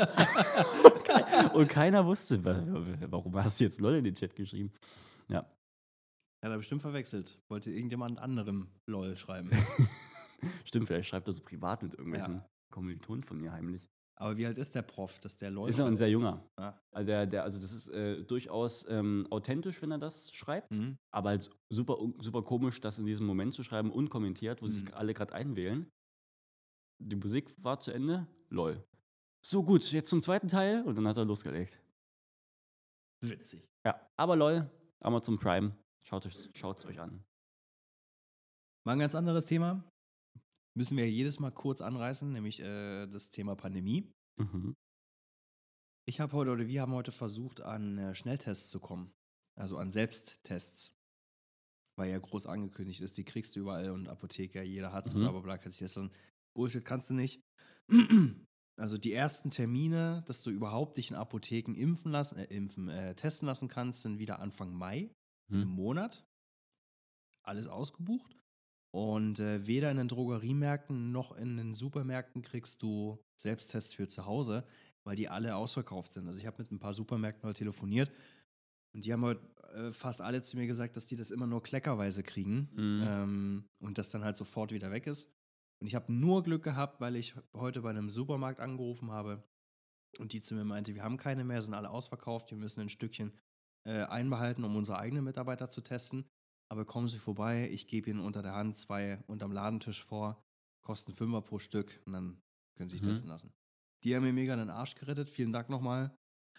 Speaker 2: Und keiner wusste, warum hast du jetzt LOL in den Chat geschrieben. Ja.
Speaker 3: Hat er bestimmt verwechselt. Wollte irgendjemand anderem LOL schreiben.
Speaker 2: Stimmt, vielleicht schreibt er so privat mit irgendwelchen
Speaker 3: Ja.
Speaker 2: Kommilitonen von mir heimlich.
Speaker 3: Aber wie alt ist der Prof, dass der LOL
Speaker 2: Ist er ein
Speaker 3: schreibt?
Speaker 2: sehr junger.
Speaker 3: Ah.
Speaker 2: Also das ist durchaus authentisch, wenn er das schreibt.
Speaker 3: Mhm.
Speaker 2: Aber halt super komisch, das in diesem Moment zu schreiben, unkommentiert, wo sich alle gerade einwählen. Die Musik war zu Ende. LOL. So gut, jetzt zum zweiten Teil. Und dann hat er losgelegt.
Speaker 3: Witzig.
Speaker 2: Ja, aber LOL, Amazon Prime. Schaut's euch an.
Speaker 3: Mal ein ganz anderes Thema. Müssen wir jedes Mal kurz anreißen, nämlich das Thema Pandemie.
Speaker 2: Mhm.
Speaker 3: Wir haben heute versucht, an Schnelltests zu kommen. Also an Selbsttests. Weil ja groß angekündigt ist, die kriegst du überall und Apotheker, jeder hat's, bla bla bla, kannst du testen. Bullshit kannst du nicht. Also die ersten Termine, dass du überhaupt dich in Apotheken testen lassen kannst, sind wieder Anfang Mai, in einem Monat. Alles ausgebucht. Und weder in den Drogeriemärkten noch in den Supermärkten kriegst du Selbsttests für zu Hause, weil die alle ausverkauft sind. Also ich habe mit ein paar Supermärkten heute telefoniert und die haben heute fast alle zu mir gesagt, dass die das immer nur kleckerweise kriegen und das dann halt sofort wieder weg ist. Und ich habe nur Glück gehabt, weil ich heute bei einem Supermarkt angerufen habe und die zu mir meinte, wir haben keine mehr, sind alle ausverkauft, wir müssen ein Stückchen einbehalten, um unsere eigenen Mitarbeiter zu testen. Aber kommen Sie vorbei, ich gebe Ihnen unter der Hand 2 unterm Ladentisch vor, kosten 5er pro Stück und dann können Sie sich testen lassen. Die haben mir mega den Arsch gerettet, vielen Dank nochmal.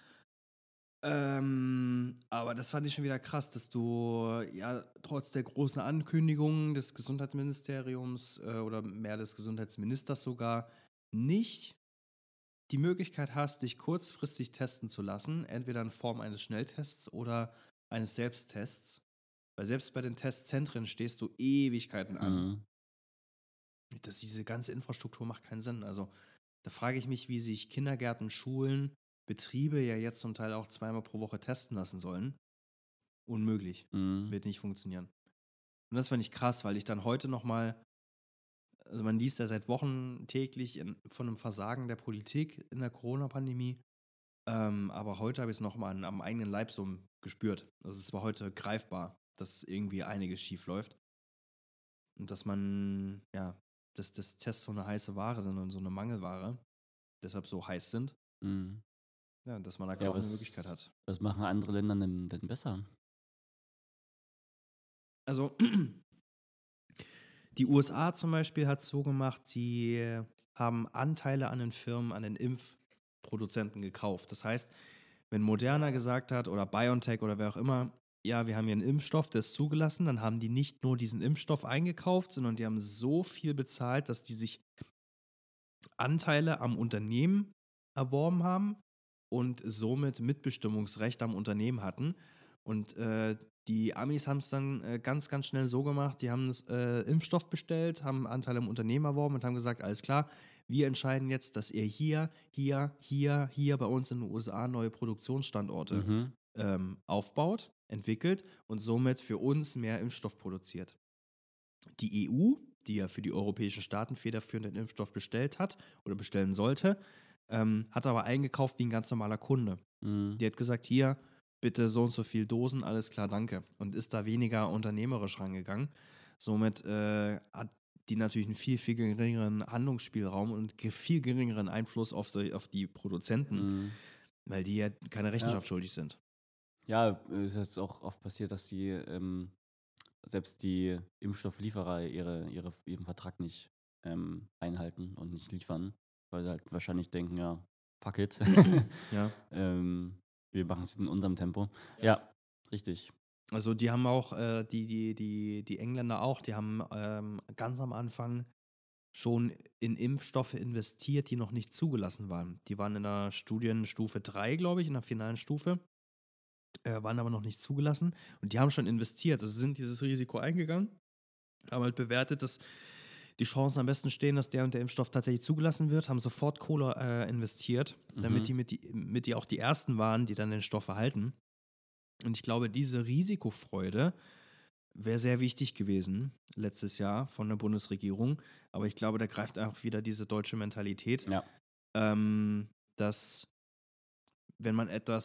Speaker 3: Aber das fand ich schon wieder krass, dass du ja trotz der großen Ankündigungen des Gesundheitsministeriums oder mehr des Gesundheitsministers sogar nicht die Möglichkeit hast, dich kurzfristig testen zu lassen, entweder in Form eines Schnelltests oder eines Selbsttests. Weil selbst bei den Testzentren stehst du Ewigkeiten an. Diese ganze Infrastruktur macht keinen Sinn. Also da frage ich mich, wie sich Kindergärten, Schulen, Betriebe ja jetzt zum Teil auch 2-mal pro Woche testen lassen sollen. Unmöglich. Wird nicht funktionieren. Und das fand ich krass, weil ich dann heute nochmal, also man liest ja seit Wochen täglich von einem Versagen der Politik in der Corona-Pandemie. Aber heute habe ich es nochmal am eigenen Leib so gespürt. Also es war heute greifbar, dass irgendwie einiges schief läuft. Und dass man, ja, dass Tests so eine heiße Ware sind und so eine Mangelware, deshalb so heiß sind. Ja, dass man da kaum eine Möglichkeit hat.
Speaker 2: Was machen andere Länder denn besser?
Speaker 3: Also, die USA zum Beispiel hat es so gemacht, die haben Anteile an den Firmen, an den Impfproduzenten gekauft. Das heißt, wenn Moderna gesagt hat oder BioNTech oder wer auch immer, ja, wir haben hier einen Impfstoff, der ist zugelassen, dann haben die nicht nur diesen Impfstoff eingekauft, sondern die haben so viel bezahlt, dass die sich Anteile am Unternehmen erworben haben und somit Mitbestimmungsrecht am Unternehmen hatten. Und die Amis haben es dann ganz, ganz schnell so gemacht, die haben Impfstoff bestellt, haben Anteile am Unternehmen erworben und haben gesagt, alles klar, wir entscheiden jetzt, dass ihr hier bei uns in den USA neue Produktionsstandorte aufbaut, entwickelt und somit für uns mehr Impfstoff produziert. Die EU, die ja für die europäischen Staaten federführend den Impfstoff bestellt hat oder bestellen sollte, hat aber eingekauft wie ein ganz normaler Kunde. Die hat gesagt, hier, bitte so und so viel Dosen, alles klar, danke. Und ist da weniger unternehmerisch rangegangen. Somit hat die natürlich einen viel, viel geringeren Handlungsspielraum und viel geringeren Einfluss auf die Produzenten, weil die ja keine Rechenschaft schuldig sind.
Speaker 2: Ja, es ist jetzt auch oft passiert, dass die selbst die Impfstofflieferer ihren Vertrag nicht einhalten und nicht liefern, weil sie halt wahrscheinlich denken, ja, fuck it.
Speaker 3: Ja.
Speaker 2: Wir machen es in unserem Tempo. Ja, richtig.
Speaker 3: Also die haben auch, die Engländer auch, die haben ganz am Anfang schon in Impfstoffe investiert, die noch nicht zugelassen waren. Die waren in der Studienstufe 3, glaube ich, in der finalen Stufe, waren aber noch nicht zugelassen und die haben schon investiert, also sind dieses Risiko eingegangen, haben halt bewertet, dass die Chancen am besten stehen, dass der und der Impfstoff tatsächlich zugelassen wird, haben sofort Kohle investiert, damit die auch die Ersten waren, die dann den Stoff erhalten. Und ich glaube, diese Risikofreude wäre sehr wichtig gewesen letztes Jahr von der Bundesregierung. Aber ich glaube, da greift auch wieder diese deutsche Mentalität,
Speaker 2: Ja.
Speaker 3: dass wenn man etwas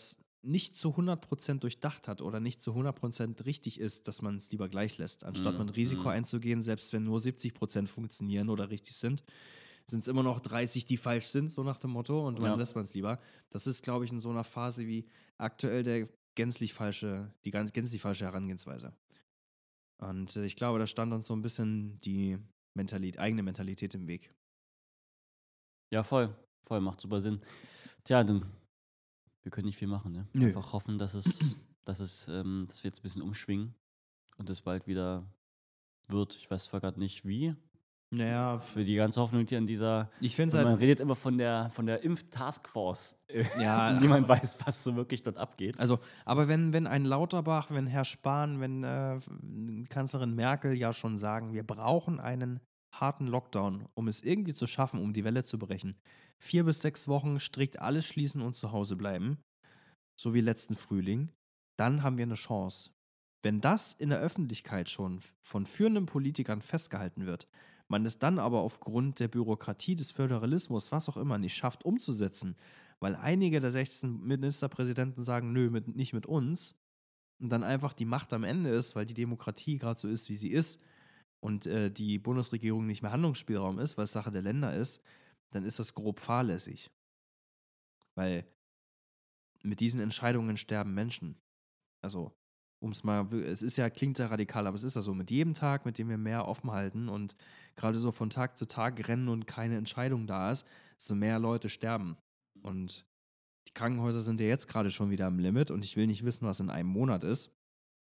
Speaker 3: nicht zu 100% durchdacht hat oder nicht zu 100% richtig ist, dass man es lieber gleich lässt, anstatt man ein Risiko einzugehen, selbst wenn nur 70% funktionieren oder richtig sind es immer noch 30, die falsch sind, so nach dem Motto, und dann lässt man es lieber. Das ist, glaube ich, in so einer Phase wie aktuell die gänzlich falsche Herangehensweise. Und ich glaube, da stand uns so ein bisschen die eigene Mentalität im Weg.
Speaker 2: Ja, voll. Voll, macht super Sinn. Tja, dann, wir können nicht viel machen, ne?
Speaker 3: Nö.
Speaker 2: Einfach hoffen, dass wir jetzt ein bisschen umschwingen und es bald wieder wird. Ich weiß zwar gerade nicht wie.
Speaker 3: Naja,
Speaker 2: Für die ganze Hoffnung hier an dieser.
Speaker 3: ich finde es
Speaker 2: Man
Speaker 3: halt,
Speaker 2: redet immer von der Impf-Taskforce.
Speaker 3: Ja.
Speaker 2: Und niemand weiß, was so wirklich dort abgeht.
Speaker 3: also, aber wenn ein Lauterbach, wenn Herr Spahn, wenn Kanzlerin Merkel ja schon sagen, wir brauchen einen harten Lockdown, um es irgendwie zu schaffen, um die Welle zu brechen. 4 bis 6 Wochen strikt alles schließen und zu Hause bleiben, so wie letzten Frühling, dann haben wir eine Chance. Wenn das in der Öffentlichkeit schon von führenden Politikern festgehalten wird, man es dann aber aufgrund der Bürokratie, des Föderalismus, was auch immer, nicht schafft umzusetzen, weil einige der 16 Ministerpräsidenten sagen, nö, nicht mit uns, und dann einfach die Macht am Ende ist, weil die Demokratie gerade so ist, wie sie ist, und die Bundesregierung nicht mehr Handlungsspielraum ist, weil es Sache der Länder ist, dann ist das grob fahrlässig. Weil mit diesen Entscheidungen sterben Menschen. Also, es ist ja, klingt sehr radikal, aber es ist ja so, mit jedem Tag, mit dem wir mehr offen halten und gerade so von Tag zu Tag rennen und keine Entscheidung da ist, so mehr Leute sterben. Und die Krankenhäuser sind ja jetzt gerade schon wieder am Limit und ich will nicht wissen, was in einem Monat ist.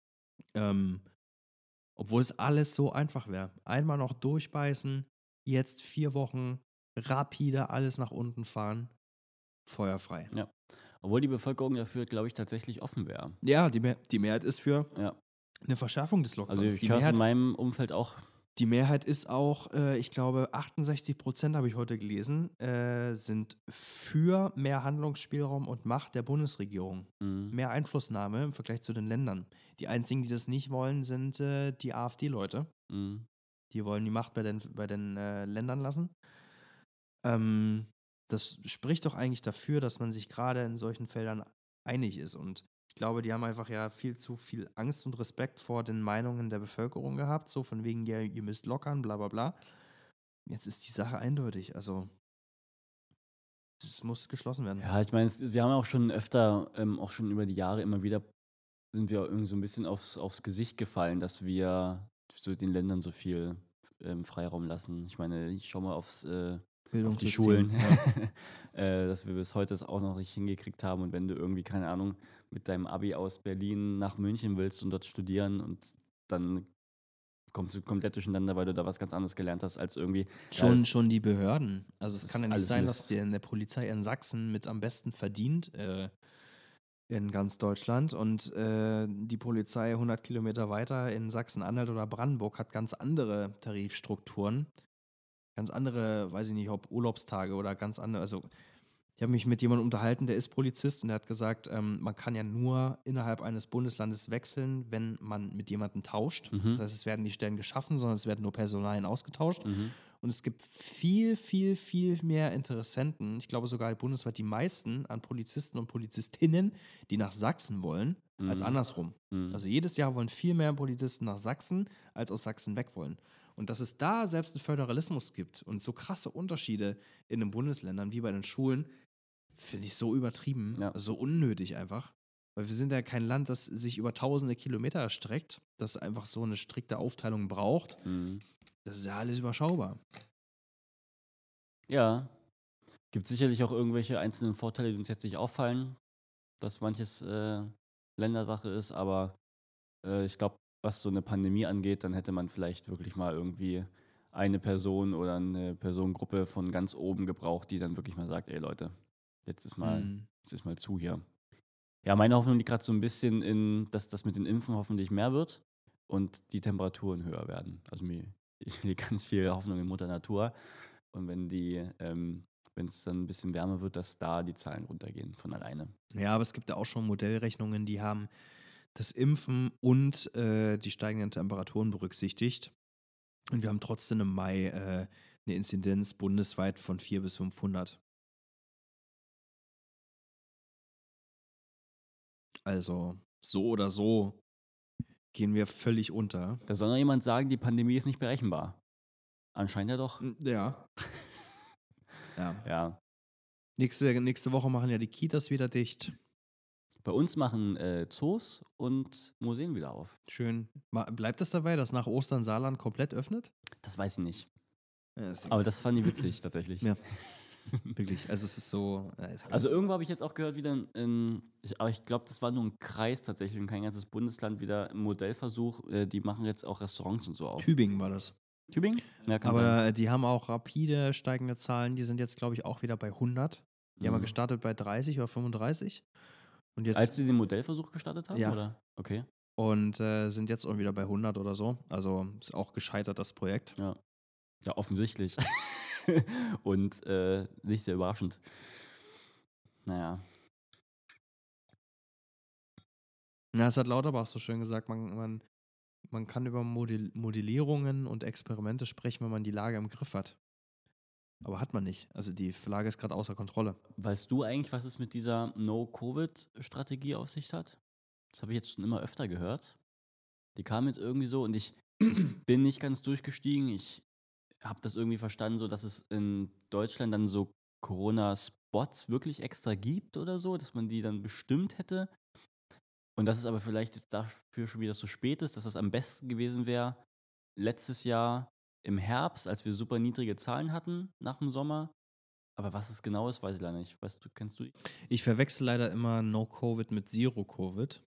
Speaker 3: Obwohl es alles so einfach wäre. Einmal noch durchbeißen, jetzt 4 Wochen, rapide alles nach unten fahren, feuerfrei.
Speaker 2: Ja. Obwohl die Bevölkerung dafür, glaube ich, tatsächlich offen wäre.
Speaker 3: Ja, die Mehrheit ist für
Speaker 2: Ja.
Speaker 3: eine Verschärfung des Lockdowns.
Speaker 2: Also ich höre es in meinem Umfeld auch.
Speaker 3: Die Mehrheit ist auch, ich glaube, 68% habe ich heute gelesen, sind für mehr Handlungsspielraum und Macht der Bundesregierung. Mehr Einflussnahme im Vergleich zu den Ländern. Die einzigen, die das nicht wollen, sind die AfD-Leute. Die wollen die Macht bei den Ländern lassen. Das spricht doch eigentlich dafür, dass man sich gerade in solchen Feldern einig ist. Und ich glaube, die haben einfach ja viel zu viel Angst und Respekt vor den Meinungen der Bevölkerung gehabt. So von wegen, ja, ihr müsst lockern, bla bla bla. Jetzt ist die Sache eindeutig. Also, es muss geschlossen werden.
Speaker 2: Ja, ich meine, wir haben auch schon öfter, auch schon über die Jahre immer wieder, sind wir irgendwie so ein bisschen aufs Gesicht gefallen, dass wir so den Ländern so viel Freiraum lassen. Ich meine, ich schau mal auf die
Speaker 3: Bildungssystem,
Speaker 2: Schulen,
Speaker 3: ja.
Speaker 2: dass wir bis heute es auch noch nicht hingekriegt haben. Und wenn du irgendwie, keine Ahnung, mit deinem Abi aus Berlin nach München willst und dort studieren und dann kommst du komplett durcheinander, weil du da was ganz anderes gelernt hast, als irgendwie.
Speaker 3: Schon die Behörden. Also es
Speaker 2: das
Speaker 3: kann
Speaker 2: ist
Speaker 3: ja nicht
Speaker 2: alles
Speaker 3: sein,
Speaker 2: Mist.
Speaker 3: dass der in der Polizei in Sachsen mit am besten verdient in ganz Deutschland und die Polizei 100 Kilometer weiter in Sachsen-Anhalt oder Brandenburg hat ganz andere Tarifstrukturen, ganz andere, weiß ich nicht, ob Urlaubstage oder ganz andere. Also ich habe mich mit jemandem unterhalten, der ist Polizist und der hat gesagt, man kann ja nur innerhalb eines Bundeslandes wechseln, wenn man mit jemandem tauscht. Das heißt, es werden die Stellen geschaffen, sondern es werden nur Personalien ausgetauscht. Und es gibt viel, viel, viel mehr Interessenten, ich glaube sogar bundesweit die meisten an Polizisten und Polizistinnen, die nach Sachsen wollen, als andersrum. Also jedes Jahr wollen viel mehr Polizisten nach Sachsen, als aus Sachsen weg wollen. Und dass es da selbst einen Föderalismus gibt und so krasse Unterschiede in den Bundesländern wie bei den Schulen, finde ich so übertrieben,
Speaker 2: Ja.
Speaker 3: so unnötig einfach. Weil wir sind ja kein Land, das sich über tausende Kilometer erstreckt, das einfach so eine strikte Aufteilung braucht. Das ist ja alles überschaubar.
Speaker 2: Ja, gibt sicherlich auch irgendwelche einzelnen Vorteile, die uns jetzt nicht auffallen, dass manches Ländersache ist, aber ich glaube, was so eine Pandemie angeht, dann hätte man vielleicht wirklich mal irgendwie eine Person oder eine Personengruppe von ganz oben gebraucht, die dann wirklich mal sagt, ey Leute, jetzt ist mal zu hier. Ja, meine Hoffnung liegt gerade so ein bisschen in, dass das mit den Impfen hoffentlich mehr wird und die Temperaturen höher werden. Also ich will ganz viel Hoffnung in Mutter Natur. Und wenn es dann ein bisschen wärmer wird, dass da die Zahlen runtergehen von alleine.
Speaker 3: Ja, aber es gibt ja auch schon Modellrechnungen, die haben das Impfen und die steigenden Temperaturen berücksichtigt. Und wir haben trotzdem im Mai eine Inzidenz bundesweit von 400 bis 500. Also so oder so gehen wir völlig unter.
Speaker 2: Da soll noch jemand sagen, die Pandemie ist nicht berechenbar. Anscheinend ja doch.
Speaker 3: Ja. Ja.
Speaker 2: Ja.
Speaker 3: Nächste Woche machen ja die Kitas wieder dicht.
Speaker 2: Bei uns machen Zoos und Museen wieder auf.
Speaker 3: Schön. Bleibt es dabei, dass nach Ostern Saarland komplett öffnet?
Speaker 2: Das weiß ich nicht.
Speaker 3: Ja, ist
Speaker 2: Aber das fand ich witzig, tatsächlich.
Speaker 3: Ja. Wirklich. Also es ist so.
Speaker 2: Also irgendwo habe ich jetzt auch gehört, wieder aber ich glaube, das war nur ein Kreis tatsächlich und kein ganzes Bundesland wieder ein Modellversuch. Die machen jetzt auch Restaurants und so auf.
Speaker 3: Tübingen war das.
Speaker 2: Tübingen? Ja, kann sein.
Speaker 3: Aber die haben auch rapide steigende Zahlen. Die sind jetzt, glaube ich, auch wieder bei 100. Die haben mal gestartet bei 30 oder 35. Und jetzt,
Speaker 2: Als sie den Modellversuch gestartet haben?
Speaker 3: Ja.
Speaker 2: Oder? Okay.
Speaker 3: und sind jetzt auch wieder bei 100 oder so. Also ist auch gescheitert, das Projekt.
Speaker 2: Ja. Ja, offensichtlich. Und nicht sehr überraschend. Naja.
Speaker 3: Ja, es hat Lauterbach so schön gesagt, man kann über Modellierungen und Experimente sprechen, wenn man die Lage im Griff hat. Aber hat man nicht. Also die Lage ist gerade außer Kontrolle.
Speaker 2: Weißt du eigentlich, was es mit dieser No-Covid-Strategie auf sich hat? Das habe ich jetzt schon immer öfter gehört. Die kam jetzt irgendwie so und ich bin nicht ganz durchgestiegen. Ich habe das irgendwie verstanden, so dass es in Deutschland dann so Corona-Spots wirklich extra gibt oder so, dass man die dann bestimmt hätte. Und dass es aber vielleicht jetzt dafür schon wieder zu spät ist, dass es am besten gewesen wäre, letztes Jahr im Herbst, als wir super niedrige Zahlen hatten nach dem Sommer. Aber was es genau ist, weiß ich leider nicht. Weißt du, kennst du die?
Speaker 3: Ich verwechsel leider immer No-Covid mit Zero-Covid.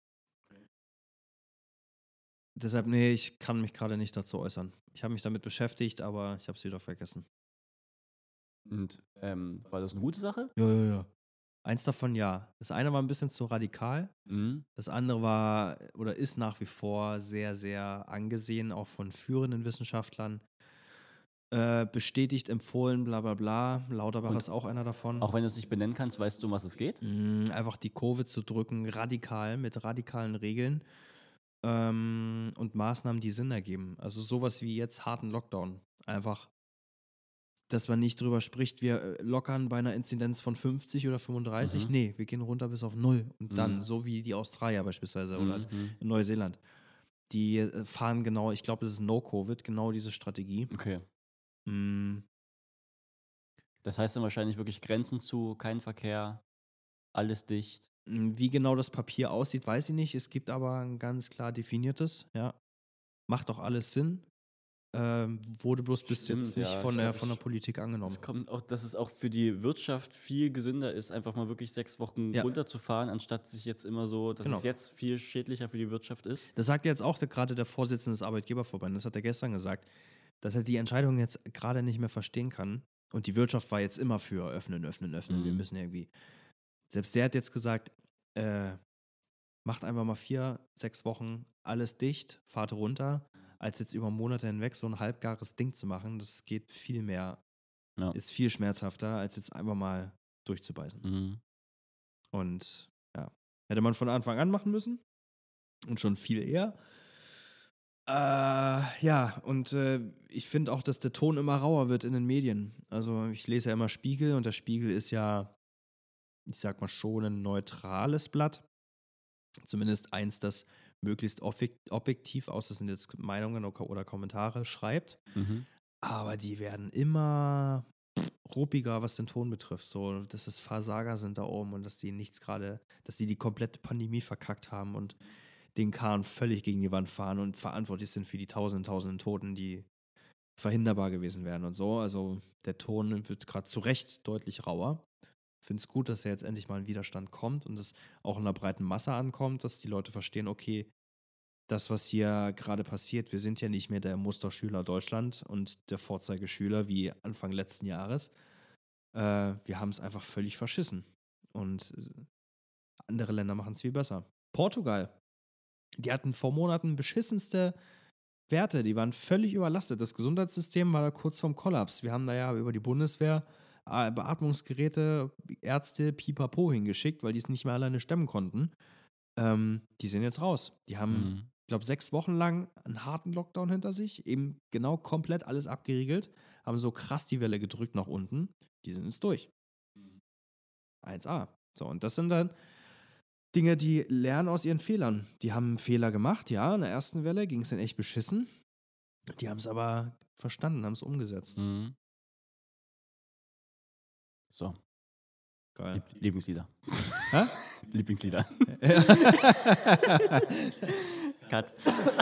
Speaker 3: Deshalb, nee, ich kann mich gerade nicht dazu äußern. Ich habe mich damit beschäftigt, aber ich habe es wieder vergessen.
Speaker 2: Und war das eine gute Sache?
Speaker 3: Ja. Eins davon ja. Das eine war ein bisschen zu radikal.
Speaker 2: Mhm.
Speaker 3: Das andere war oder ist nach wie vor sehr, sehr angesehen, auch von führenden Wissenschaftlern. Bestätigt, empfohlen, bla bla bla. Lauterbach
Speaker 2: Und
Speaker 3: ist auch einer davon.
Speaker 2: Auch wenn du es nicht benennen kannst, weißt du, um was es geht?
Speaker 3: Einfach die Kurve zu drücken, radikal, mit radikalen Regeln und Maßnahmen, die Sinn ergeben. Also sowas wie jetzt harten Lockdown. Einfach, dass man nicht drüber spricht, wir lockern bei einer Inzidenz von 50 oder 35.
Speaker 2: Mhm.
Speaker 3: Nee, wir gehen runter bis auf 0. Und dann,
Speaker 2: Mhm.
Speaker 3: so wie die Australier beispielsweise oder
Speaker 2: Mhm.
Speaker 3: in Neuseeland. Die fahren genau, ich glaube, das ist No-Covid, genau diese Strategie.
Speaker 2: Okay.
Speaker 3: Mm,
Speaker 2: Das heißt dann wahrscheinlich wirklich Grenzen zu, kein Verkehr, alles dicht.
Speaker 3: Wie genau das Papier aussieht, weiß ich nicht. Es gibt aber ein ganz klar definiertes, ja. Macht auch alles Sinn. Wurde bloß bis
Speaker 2: Stimmt,
Speaker 3: jetzt nicht
Speaker 2: ja,
Speaker 3: von der
Speaker 2: stimmt.
Speaker 3: Politik angenommen.
Speaker 2: Es kommt auch, dass es auch für die Wirtschaft viel gesünder ist, einfach mal wirklich 6 Wochen
Speaker 3: Ja.
Speaker 2: runterzufahren, anstatt sich jetzt immer so, dass
Speaker 3: Genau.
Speaker 2: es jetzt viel schädlicher für die Wirtschaft ist.
Speaker 3: Das sagt jetzt auch gerade der Vorsitzende des Arbeitgeberverbandes, das hat er gestern gesagt, dass er die Entscheidung jetzt gerade nicht mehr verstehen kann. Und die Wirtschaft war jetzt immer für öffnen. Wir müssen irgendwie. Selbst der hat jetzt gesagt, macht einfach mal 4-6 Wochen alles dicht, fahrt runter, als jetzt über Monate hinweg so ein halbgares Ding zu machen. Das geht viel mehr,
Speaker 2: Ja.
Speaker 3: ist viel schmerzhafter, als jetzt einfach mal durchzubeißen.
Speaker 2: Mhm.
Speaker 3: Und ja, hätte man von Anfang an machen müssen und schon viel eher. Ja, und ich finde auch, dass der Ton immer rauer wird in den Medien. Also ich lese ja immer Spiegel und der Spiegel ist ja, ich sag mal, schon ein neutrales Blatt. Zumindest eins, das möglichst objektiv aus, das sind jetzt Meinungen oder Kommentare, schreibt.
Speaker 2: Mhm.
Speaker 3: Aber die werden immer ruppiger, was den Ton betrifft. So, dass es Versager sind da oben und dass die dass die komplette Pandemie verkackt haben und den Kahn völlig gegen die Wand fahren und verantwortlich sind für die tausenden Toten, die verhinderbar gewesen wären und so. Also der Ton wird gerade zu Recht deutlich rauer. Finde es gut, dass jetzt endlich mal ein Widerstand kommt und es auch in einer breiten Masse ankommt, dass die Leute verstehen, okay, das, was hier gerade passiert, wir sind ja nicht mehr der Musterschüler Deutschland und der Vorzeigeschüler wie Anfang letzten Jahres. Wir haben es einfach völlig verschissen. Und andere Länder machen es viel besser. Portugal, die hatten vor Monaten beschissenste Werte, die waren völlig überlastet. Das Gesundheitssystem war da kurz vorm Kollaps. Wir haben da ja über die Bundeswehr Beatmungsgeräte, Ärzte, Pipapo hingeschickt, weil die es nicht mehr alleine stemmen konnten. Die sind jetzt raus. Die haben, ich glaube, 6 Wochen lang einen harten Lockdown hinter sich, eben genau komplett alles abgeriegelt, haben so krass die Welle gedrückt nach unten. Die sind jetzt durch. 1A. So, und das sind dann Dinge, die lernen aus ihren Fehlern. Die haben einen Fehler gemacht, ja, in der ersten Welle ging es dann echt beschissen. Die haben es aber verstanden, haben es umgesetzt.
Speaker 2: Mhm. So,
Speaker 3: Geil.
Speaker 2: Lieblingslieder.
Speaker 3: Hä?
Speaker 2: Lieblingslieder. Cut.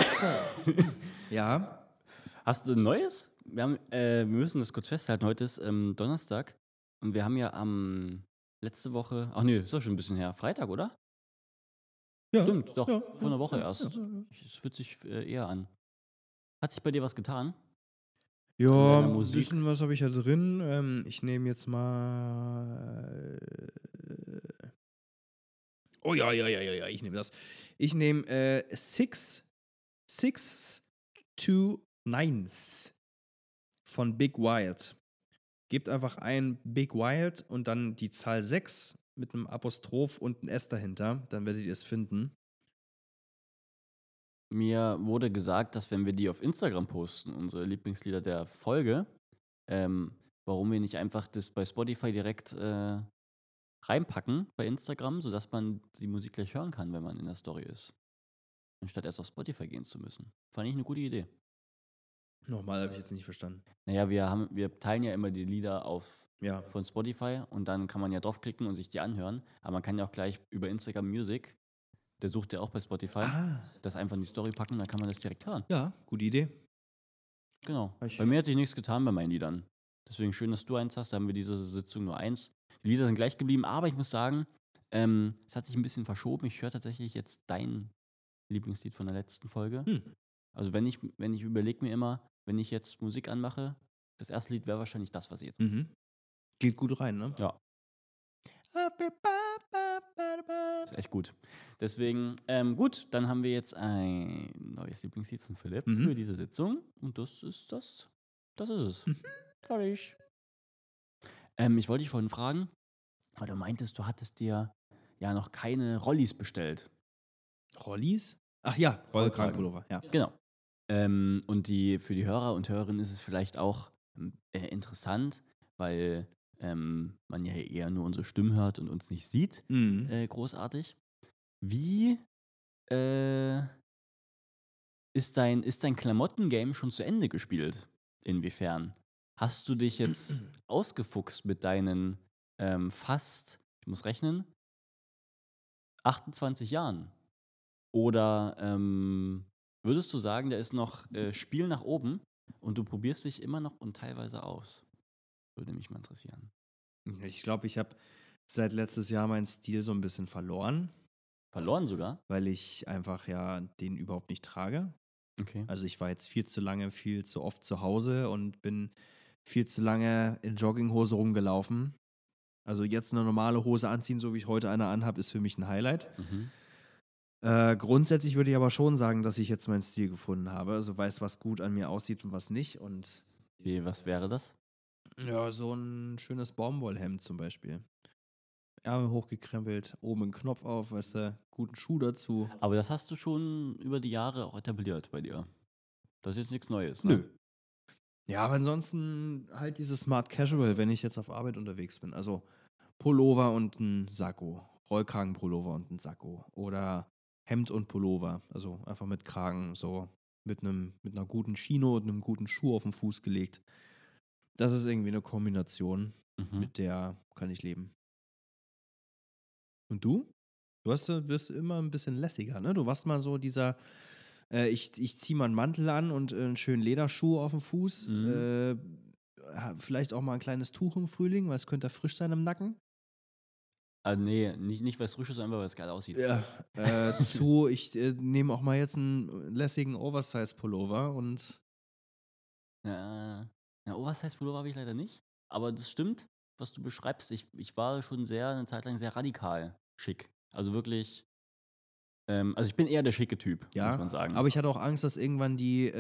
Speaker 3: Ja.
Speaker 2: Hast du ein neues? Wir müssen das kurz festhalten. Heute ist Donnerstag und wir haben ja letzte Woche, ach nee, ist doch schon ein bisschen her, Freitag, oder?
Speaker 3: Ja.
Speaker 2: Stimmt, doch,
Speaker 3: ja,
Speaker 2: vor einer Woche erst.
Speaker 3: Ja,
Speaker 2: Es fühlt sich eher an. Hat sich bei dir was getan?
Speaker 3: ja
Speaker 2: deiner
Speaker 3: ein
Speaker 2: Musik?
Speaker 3: bisschen was habe ich ja drin. Ich nehme jetzt mal. Oh ja, ich nehme das. Ich nehme 6 to 9 von Big Wild. Gebt einfach ein Big Wild und dann die Zahl 6 mit einem Apostroph und ein S dahinter. Dann werdet ihr es finden.
Speaker 2: Mir wurde gesagt, dass wenn wir die auf Instagram posten, unsere Lieblingslieder der Folge, warum wir nicht einfach das bei Spotify direkt reinpacken bei Instagram, sodass man die Musik gleich hören kann, wenn man in der Story ist. Anstatt erst auf Spotify gehen zu müssen. Fand ich eine gute Idee.
Speaker 3: Nochmal habe ich jetzt nicht verstanden.
Speaker 2: Naja, wir teilen ja immer die Lieder
Speaker 3: Ja.
Speaker 2: von Spotify und dann kann man ja draufklicken und sich die anhören. Aber man kann ja auch gleich über Instagram Music, der sucht ja auch bei Spotify, das einfach in die Story packen, dann kann man das direkt hören.
Speaker 3: Ja, gute Idee.
Speaker 2: Genau.
Speaker 3: Ich-
Speaker 2: Bei mir hat sich nichts getan bei meinen Liedern. Deswegen schön, dass du eins hast. Da haben wir diese Sitzung nur eins. Die Lieder sind gleich geblieben, aber ich muss sagen, es hat sich ein bisschen verschoben. Ich höre tatsächlich jetzt dein Lieblingslied von der letzten Folge. Also wenn ich überlege mir immer, wenn ich jetzt Musik anmache, das erste Lied wäre wahrscheinlich das, was ich jetzt.
Speaker 3: Geht gut rein, ne?
Speaker 2: Ja, ist echt gut. Deswegen, gut, dann haben wir jetzt ein neues Lieblingslied von Philipp für diese Sitzung. Und das ist das. Das ist es. Fertig. Ich wollte dich vorhin fragen, weil du meintest, du hattest dir ja noch keine Rollis bestellt.
Speaker 3: Rollis? Ach ja, Rollkragenpullover, ja.
Speaker 2: Genau. Und für die Hörer und Hörerinnen ist es vielleicht auch interessant, weil man ja eher nur unsere Stimmen hört und uns nicht sieht. Großartig. Wie ist dein Klamotten-Game schon zu Ende gespielt? Inwiefern? Hast du dich jetzt ausgefuchst mit deinen fast, ich muss rechnen, 28 Jahren? Oder würdest du sagen, da ist noch Spiel nach oben und du probierst dich immer noch und teilweise aus? Würde mich mal interessieren.
Speaker 3: Ich glaube, ich habe seit letztes Jahr meinen Stil so ein bisschen verloren,
Speaker 2: Verloren sogar?
Speaker 3: weil ich einfach ja den überhaupt nicht trage.
Speaker 2: Okay.
Speaker 3: Also ich war jetzt viel zu lange, viel zu oft zu Hause und bin viel zu lange in Jogginghose rumgelaufen. Also jetzt eine normale Hose anziehen, so wie ich heute eine anhabe, ist für mich ein Highlight. Grundsätzlich würde ich aber schon sagen, dass ich jetzt meinen Stil gefunden habe. Also weiß, was gut an mir aussieht und was nicht. Und
Speaker 2: Was wäre das?
Speaker 3: ja, so ein schönes Baumwollhemd zum Beispiel. Ärmel hochgekrempelt, oben einen Knopf auf, weißt du, guten Schuh dazu.
Speaker 2: Aber das hast du schon über die Jahre auch etabliert bei dir. Das ist jetzt nichts Neues, ne?
Speaker 3: Nö. Ja, aber ansonsten halt dieses Smart Casual, wenn ich jetzt auf Arbeit unterwegs bin. Also Pullover und ein Sakko. Rollkragenpullover und ein Sakko. Oder Hemd und Pullover. Also einfach mit Kragen, so mit einer guten Chino und einem guten Schuh auf den Fuß gelegt. Das ist irgendwie eine Kombination, mit der kann ich leben. Und du? Du wirst immer ein bisschen lässiger, ne? Du warst mal so dieser, ich ziehe mal einen Mantel an und einen schönen Lederschuh auf den Fuß. Vielleicht auch mal ein kleines Tuch im Frühling, weil es könnte frisch sein im Nacken.
Speaker 2: Nee, nicht weil es frisch ist, sondern weil es geil aussieht.
Speaker 3: Ja. Ich nehme auch mal jetzt einen lässigen Oversize-Pullover und
Speaker 2: Ja, Oversize-Pullover habe ich leider nicht. Aber das stimmt, was du beschreibst. Ich war schon eine Zeit lang sehr radikal schick. Also wirklich, also ich bin eher der schicke Typ,
Speaker 3: ja,
Speaker 2: muss man sagen.
Speaker 3: aber ich hatte auch Angst, dass irgendwann die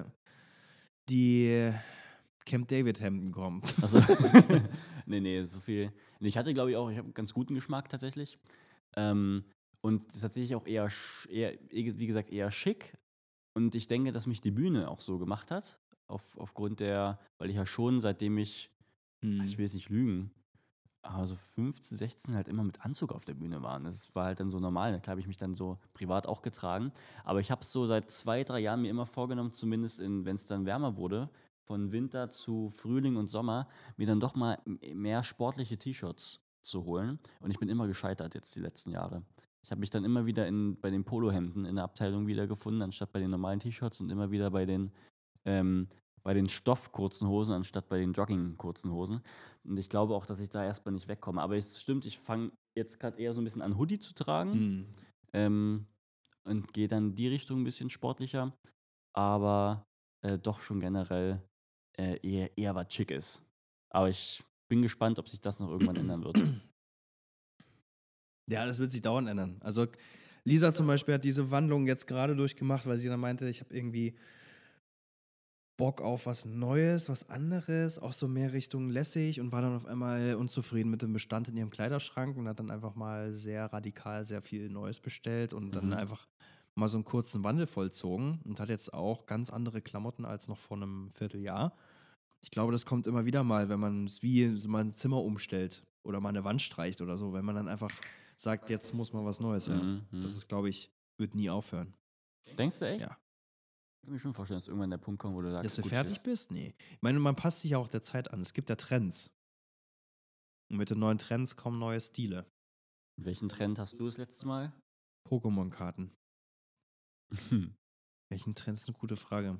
Speaker 3: Camp David-Hemden kommen.
Speaker 2: Also, nee, so viel. Nee, ich habe einen ganz guten Geschmack tatsächlich. Und das ist tatsächlich auch eher, wie gesagt, eher schick. Und ich denke, dass mich die Bühne auch so gemacht hat. Aufgrund weil ich ja schon, seitdem ich will jetzt nicht lügen, aber so 15, 16 halt immer mit Anzug auf der Bühne waren. Das war halt dann so normal. Klar habe ich mich dann so privat auch getragen. Aber ich habe es so seit 2, 3 Jahren mir immer vorgenommen, zumindest wenn es dann wärmer wurde, von Winter zu Frühling und Sommer, mir dann doch mal mehr sportliche T-Shirts zu holen. Und ich bin immer gescheitert jetzt die letzten Jahre. Ich habe mich dann immer wieder bei den Polohemden in der Abteilung wiedergefunden, anstatt bei den normalen T-Shirts und immer wieder ähm, bei den Stoff-kurzen Hosen, anstatt bei den Jogging-kurzen Hosen. Und ich glaube auch, dass ich da erstmal nicht wegkomme. Aber es stimmt, ich fange jetzt gerade eher so ein bisschen an, Hoodie zu tragen
Speaker 3: Hm.
Speaker 2: ähm, und gehe dann in die Richtung ein bisschen sportlicher. Aber doch schon generell eher was Schickes. Aber ich bin gespannt, ob sich das noch irgendwann ändern wird.
Speaker 3: Ja, das wird sich dauernd ändern. Also Lisa zum Beispiel hat diese Wandlung jetzt gerade durchgemacht, weil sie dann meinte, ich habe irgendwie Bock auf was Neues, was anderes, auch so mehr Richtung lässig und war dann auf einmal unzufrieden mit dem Bestand in ihrem Kleiderschrank und hat dann einfach mal sehr radikal sehr viel Neues bestellt und dann einfach mal so einen kurzen Wandel vollzogen und hat jetzt auch ganz andere Klamotten als noch vor einem Vierteljahr. Ich glaube, das kommt immer wieder mal, wenn man es wie so mal ein Zimmer umstellt oder mal eine Wand streicht oder so, wenn man dann einfach sagt, jetzt muss mal was Neues her. Das ist, glaube ich, wird nie aufhören.
Speaker 2: Denkst du echt?
Speaker 3: Ja.
Speaker 2: Ich kann mir schon vorstellen, dass irgendwann der Punkt kommt, wo du sagst,
Speaker 3: Dass du
Speaker 2: gut,
Speaker 3: fertig bist? Nee. Ich meine, man passt sich ja auch der Zeit an. Es gibt ja Trends. Und mit den neuen Trends kommen neue Stile.
Speaker 2: Welchen Trend hast du das letzte Mal?
Speaker 3: Pokémon-Karten. Welchen Trend ist eine gute Frage.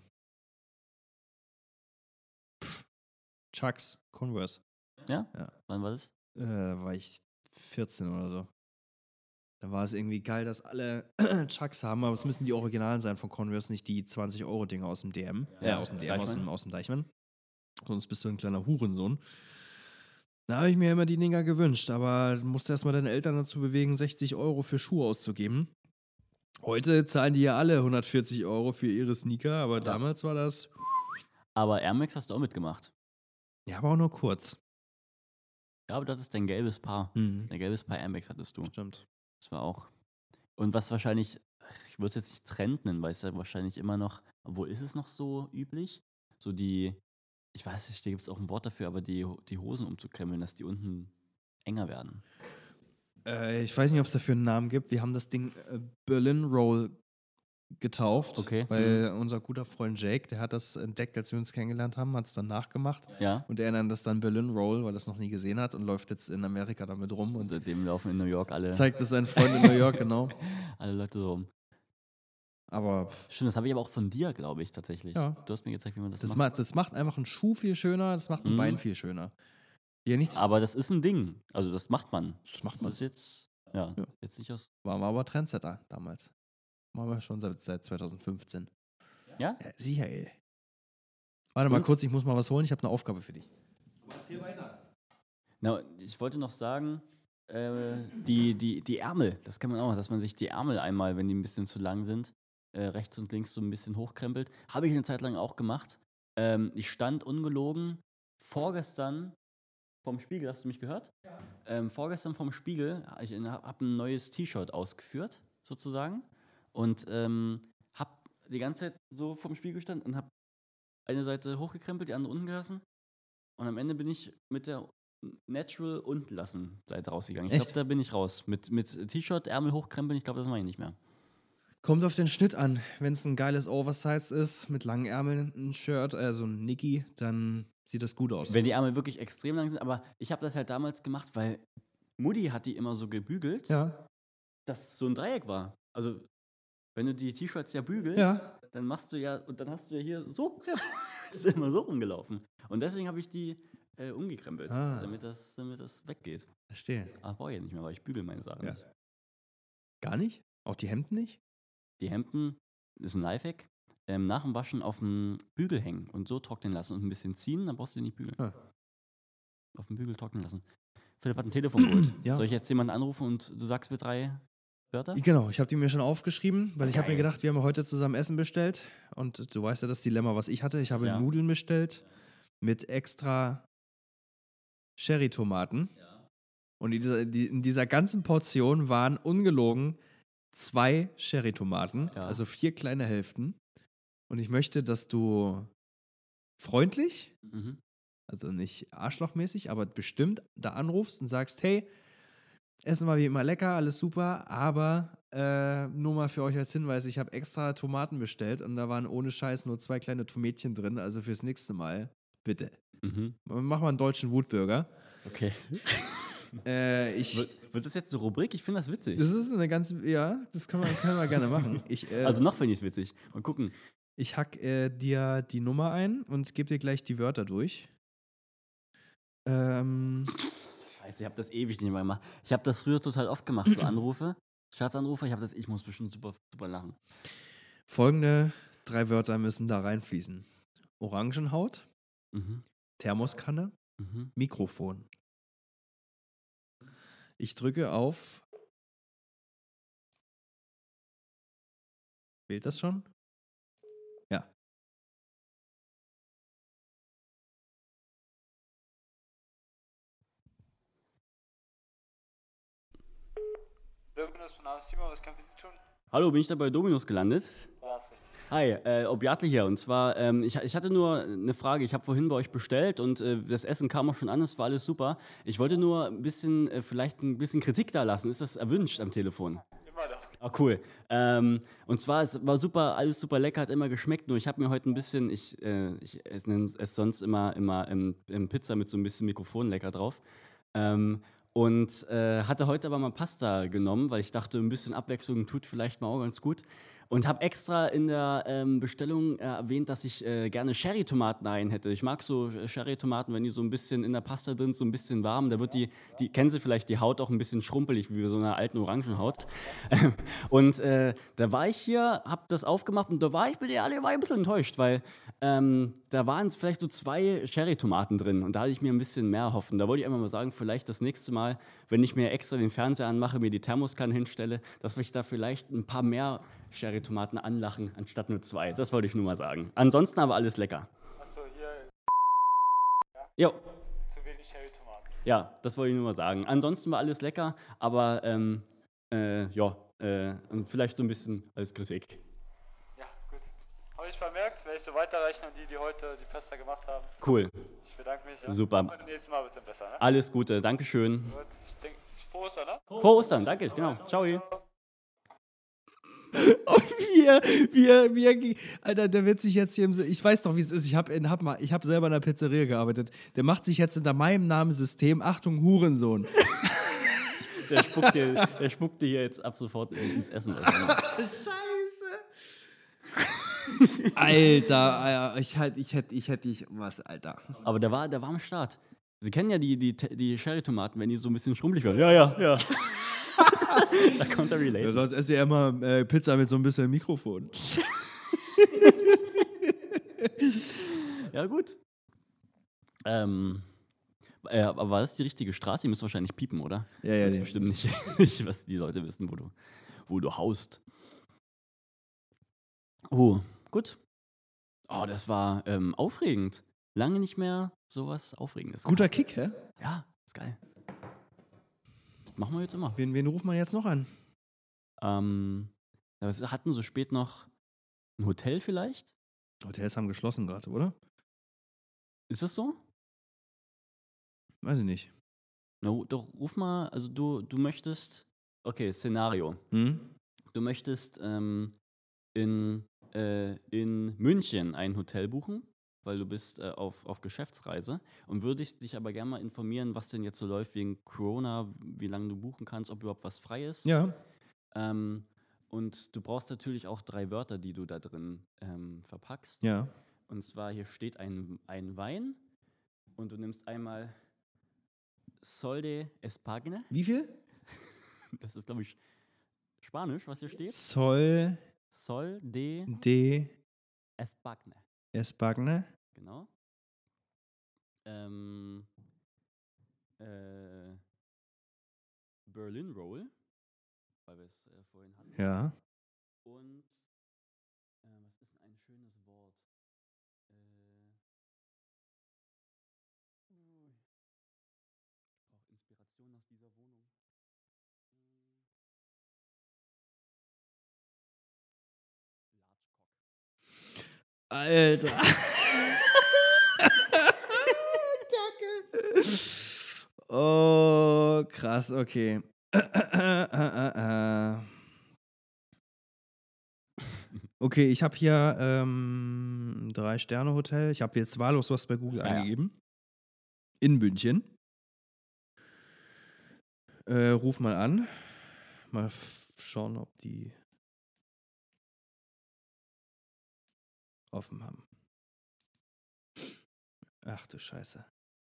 Speaker 3: Chucks, Converse.
Speaker 2: Ja?
Speaker 3: Ja.
Speaker 2: Wann war das?
Speaker 3: War ich 14 oder so. Da war es irgendwie geil, dass alle Chucks haben, aber es müssen die Originalen sein von Converse, nicht die 20-Euro-Dinger aus dem DM.
Speaker 2: Ja,
Speaker 3: Aus dem DM,
Speaker 2: Deichmann.
Speaker 3: aus dem Deichmann. Sonst bist du ein kleiner Hurensohn. Da habe ich mir immer die Dinger gewünscht, aber musste erstmal deine Eltern dazu bewegen, 60 Euro für Schuhe auszugeben. Heute zahlen die ja alle 140 Euro für ihre Sneaker, aber damals war das.
Speaker 2: Aber Air Max hast du auch mitgemacht.
Speaker 3: Ja, aber auch nur kurz.
Speaker 2: Ja, aber das ist dein gelbes Paar.
Speaker 3: Mhm.
Speaker 2: Ein gelbes Paar Air Max hattest du.
Speaker 3: Stimmt.
Speaker 2: Das war auch. Und was wahrscheinlich, ich würde es jetzt nicht Trend nennen, weil es ja wahrscheinlich immer noch, obwohl ist es noch so üblich, so ich weiß nicht, da gibt es auch ein Wort dafür, aber die Hosen umzukrempeln, dass die unten enger werden.
Speaker 3: Ich weiß nicht, ob es dafür einen Namen gibt. Wir haben das Ding Berlin Roll getauft,
Speaker 2: Okay,
Speaker 3: weil unser guter Freund Jake, der hat das entdeckt, als wir uns kennengelernt haben, hat es dann nachgemacht.
Speaker 2: Ja.
Speaker 3: Und er nennt das dann Berlin Roll, weil er es noch nie gesehen hat und läuft jetzt in Amerika damit rum
Speaker 2: Und
Speaker 3: und
Speaker 2: seitdem laufen in New York alle,
Speaker 3: zeigt es seinen Freund in New York, genau.
Speaker 2: alle Leute so rum.
Speaker 3: Aber
Speaker 2: Stimmt, das habe ich aber auch von dir, glaube ich, tatsächlich.
Speaker 3: Ja.
Speaker 2: Du hast mir gezeigt, wie man das
Speaker 3: das
Speaker 2: macht.
Speaker 3: macht einfach einen Schuh viel schöner, das macht ein
Speaker 2: Mhm.
Speaker 3: Bein viel schöner. Ja, nichts.
Speaker 2: Aber das ist ein Ding. Also das macht man.
Speaker 3: Das macht
Speaker 2: Das
Speaker 3: man.
Speaker 2: ist jetzt, ja,
Speaker 3: Ja.
Speaker 2: jetzt nicht aus.
Speaker 3: Waren wir aber Trendsetter damals. Machen wir schon seit 2015.
Speaker 2: Ja?
Speaker 3: Ja, sicher, ey. Warte mal
Speaker 2: Und?
Speaker 3: kurz, ich muss mal was holen, ich habe eine Aufgabe für dich. Erzähl weiter.
Speaker 2: Na, ich wollte noch sagen, die Ärmel, das kann man auch, dass man sich die Ärmel einmal, wenn die ein bisschen zu lang sind, rechts und links so ein bisschen hochkrempelt. Habe ich eine Zeit lang auch gemacht. Ich stand ungelogen vorgestern vorm Spiegel, hast du mich gehört? Ja. Vorgestern vorm Spiegel, ich habe ein neues T-Shirt ausgeführt, sozusagen. Und habe die ganze Zeit so vorm Spiegel gestanden und habe eine Seite hochgekrempelt, die andere unten gelassen. Und am Ende bin ich mit der Natural unten lassen Seite rausgegangen. Ich
Speaker 3: Echt?
Speaker 2: glaube, da bin ich raus. Mit T-Shirt, Ärmel hochkrempeln, ich glaube, das mache ich nicht mehr.
Speaker 3: Kommt auf den Schnitt an. Wenn es ein geiles Oversize ist, mit langen Ärmeln, ein Shirt, so ein Niki, dann sieht das gut aus.
Speaker 2: Wenn die Ärmel wirklich extrem lang sind, aber ich habe das halt damals gemacht, weil Mutti hat die immer so gebügelt,
Speaker 3: Ja.
Speaker 2: dass es so ein Dreieck war. Also, wenn du die T-Shirts ja bügelst,
Speaker 3: Ja.
Speaker 2: dann machst du ja, und dann hast du ja hier so, ist immer so rumgelaufen. Und deswegen habe ich die umgekrempelt, damit das weggeht.
Speaker 3: Verstehe.
Speaker 2: Aber brauche ich ja nicht mehr, weil ich bügel meine Sachen
Speaker 3: Ja.
Speaker 2: nicht.
Speaker 3: Gar nicht? Auch die Hemden nicht?
Speaker 2: Die Hemden, ist ein Lifehack, nach dem Waschen auf dem Bügel hängen und so trocknen lassen und ein bisschen ziehen, dann brauchst du die nicht bügeln.
Speaker 3: Ah.
Speaker 2: Auf dem Bügel trocknen lassen. Philipp hat ein Telefon geholt.
Speaker 3: Ja.
Speaker 2: Soll ich jetzt jemanden anrufen und du sagst mir 3 Wörter?
Speaker 3: Genau, ich habe die mir schon aufgeschrieben, weil ich habe mir gedacht, wir haben heute zusammen Essen bestellt und du weißt ja das Dilemma, was ich hatte. Ich habe
Speaker 2: Ja.
Speaker 3: Nudeln bestellt mit extra Cherry-Tomaten und in dieser ganzen Portion waren ungelogen 2 Cherry-Tomaten,
Speaker 2: Ja.
Speaker 3: also 4 kleine Hälften. Und ich möchte, dass du freundlich,
Speaker 2: Mhm.
Speaker 3: Also nicht arschlochmäßig, aber bestimmt da anrufst und sagst, hey, Essen war wie immer lecker, alles super, aber nur mal für euch als Hinweis, ich habe extra Tomaten bestellt und da waren ohne Scheiß nur 2 kleine Tomätchen drin, also fürs nächste Mal, bitte.
Speaker 2: Mhm.
Speaker 3: Mach mal einen deutschen Wutbürger.
Speaker 2: Okay.
Speaker 3: Ich,
Speaker 2: Wird das jetzt so Rubrik? Ich finde das witzig.
Speaker 3: das ist eine ganz, ja, das können wir gerne machen.
Speaker 2: Also noch finde ich es witzig. Mal gucken.
Speaker 3: Ich hack dir die Nummer ein und gebe dir gleich die Wörter durch.
Speaker 2: Scheiße, ich habe das ewig nicht mehr gemacht. Ich habe das früher total oft gemacht, so Anrufe, Scherzanrufe. Ich muss bestimmt super, super lachen.
Speaker 3: Folgende 3 Wörter müssen da reinfließen. Orangenhaut,
Speaker 2: Mhm.
Speaker 3: Thermoskanne,
Speaker 2: Mhm.
Speaker 3: Mikrofon. Ich drücke auf. Wählt das schon? Ja.
Speaker 4: Dominus von Simon, was kann für Sie tun?
Speaker 2: Hallo, bin ich da bei Dominus gelandet?
Speaker 4: Ja, ist richtig.
Speaker 2: Hi, Obiatle hier. Und zwar, ich hatte nur eine Frage. Ich habe vorhin bei euch bestellt und das Essen kam auch schon an, es war alles super. Ich wollte nur ein bisschen, vielleicht ein bisschen Kritik da lassen. Ist das erwünscht am Telefon?
Speaker 4: Immer doch.
Speaker 2: Ah, cool. Und zwar, es war super, alles super lecker, hat immer geschmeckt. Nur ich habe mir heute ein bisschen, ich esse sonst immer im Pizza mit so ein bisschen Mikrofon lecker drauf. Und hatte heute aber mal Pasta genommen, weil ich dachte, ein bisschen Abwechslung tut vielleicht mal auch ganz gut. Und habe extra in der Bestellung erwähnt, dass ich gerne Sherry-Tomaten rein hätte. Ich mag so Sherry-Tomaten, wenn die so ein bisschen in der Pasta drin sind, so ein bisschen warm. Da wird kennen Sie vielleicht, die Haut auch ein bisschen schrumpelig, wie bei so einer alten Orangenhaut. Und da war ich hier, hab das aufgemacht und da war ich ein bisschen enttäuscht, weil da waren vielleicht so 2 Sherry-Tomaten drin und da hatte ich mir ein bisschen mehr erhoffen. Da wollte ich einfach mal sagen, vielleicht das nächste Mal, wenn ich mir extra den Fernseher anmache, mir die Thermoskanne hinstelle, dass ich da vielleicht ein paar mehr Sherry-Tomaten anlachen, anstatt nur 2. Das wollte ich nur mal sagen. Ansonsten aber alles lecker.
Speaker 4: Achso, hier
Speaker 2: Jo,
Speaker 4: zu wenig Cherry-Tomaten.
Speaker 2: ja, das wollte ich nur mal sagen. Ansonsten war alles lecker, aber und vielleicht so ein bisschen als Kritik.
Speaker 4: Ja, gut. Habe ich vermerkt, werde ich so weiterreichen an die heute die Pasta gemacht haben.
Speaker 2: Cool,
Speaker 4: Ich bedanke mich. Ja.
Speaker 2: Super.
Speaker 4: Beim nächsten Mal wird es besser, ne?
Speaker 2: alles Gute, Dankeschön.
Speaker 4: Gut, ich denke, Prost, ne?
Speaker 2: Frohe Ostern, danke, genau. Ciao.
Speaker 3: Alter, der wird sich jetzt hier ich weiß doch, wie es ist. Ich hab selber in einer Pizzeria gearbeitet. Der macht sich jetzt unter meinem Namensystem, Achtung, Hurensohn.
Speaker 2: Der spuckt dir hier jetzt ab sofort ins Essen.
Speaker 3: Alter, ich hätte dich, was, Alter.
Speaker 2: Aber der war am Start. Sie kennen ja die Sherry-Tomaten, wenn die so ein bisschen schrumpelig werden. Ja. Da kommt er
Speaker 3: Ja,
Speaker 2: relate.
Speaker 3: sonst esse ich ja immer Pizza mit so ein bisschen Mikrofon.
Speaker 2: Ja, gut. Aber war das die richtige Straße? Ihr müsst wahrscheinlich piepen, oder?
Speaker 3: Ja,
Speaker 2: Das
Speaker 3: die-
Speaker 2: bestimmt nicht, was die Leute wissen, wo du haust. Oh, gut. Oh, das war aufregend. Lange nicht mehr sowas Aufregendes.
Speaker 3: Guter Kick, hä?
Speaker 2: Ja, ist geil. Das machen wir jetzt immer.
Speaker 3: Wen ruft man jetzt noch an?
Speaker 2: Wir hatten so spät noch ein Hotel vielleicht?
Speaker 3: Hotels haben geschlossen gerade, oder?
Speaker 2: Ist das so?
Speaker 3: Weiß ich nicht.
Speaker 2: Na, doch, ruf mal, also du möchtest, okay, Szenario.
Speaker 3: Hm?
Speaker 2: Du möchtest in München ein Hotel buchen, weil du bist auf Geschäftsreise und würdest dich aber gerne mal informieren, was denn jetzt so läuft wegen Corona, wie lange du buchen kannst, ob überhaupt was frei ist.
Speaker 3: Ja.
Speaker 2: Und du brauchst natürlich auch 3 Wörter, die du da drin verpackst.
Speaker 3: Ja.
Speaker 2: Und zwar hier steht ein Wein und du nimmst einmal Sol de Espagne.
Speaker 3: Wie viel?
Speaker 2: Das ist, glaube ich, Spanisch, was hier steht.
Speaker 3: Sol
Speaker 2: Sol de
Speaker 3: de
Speaker 2: Espagne.
Speaker 3: Espagne.
Speaker 2: Genau. Berlin Roll, weil wir es vorhin hatten.
Speaker 3: Ja.
Speaker 2: Und was ist denn ein schönes Wort? Ich brauche Inspiration aus dieser Wohnung. Latschkock.
Speaker 3: Alter. Oh, krass, okay. Okay, ich habe hier 3-Sterne-Hotel. Ich habe jetzt wahllos was bei Google
Speaker 2: Ja.
Speaker 3: eingegeben. In München. Ruf mal an. Mal schauen, ob die offen haben. Ach du Scheiße.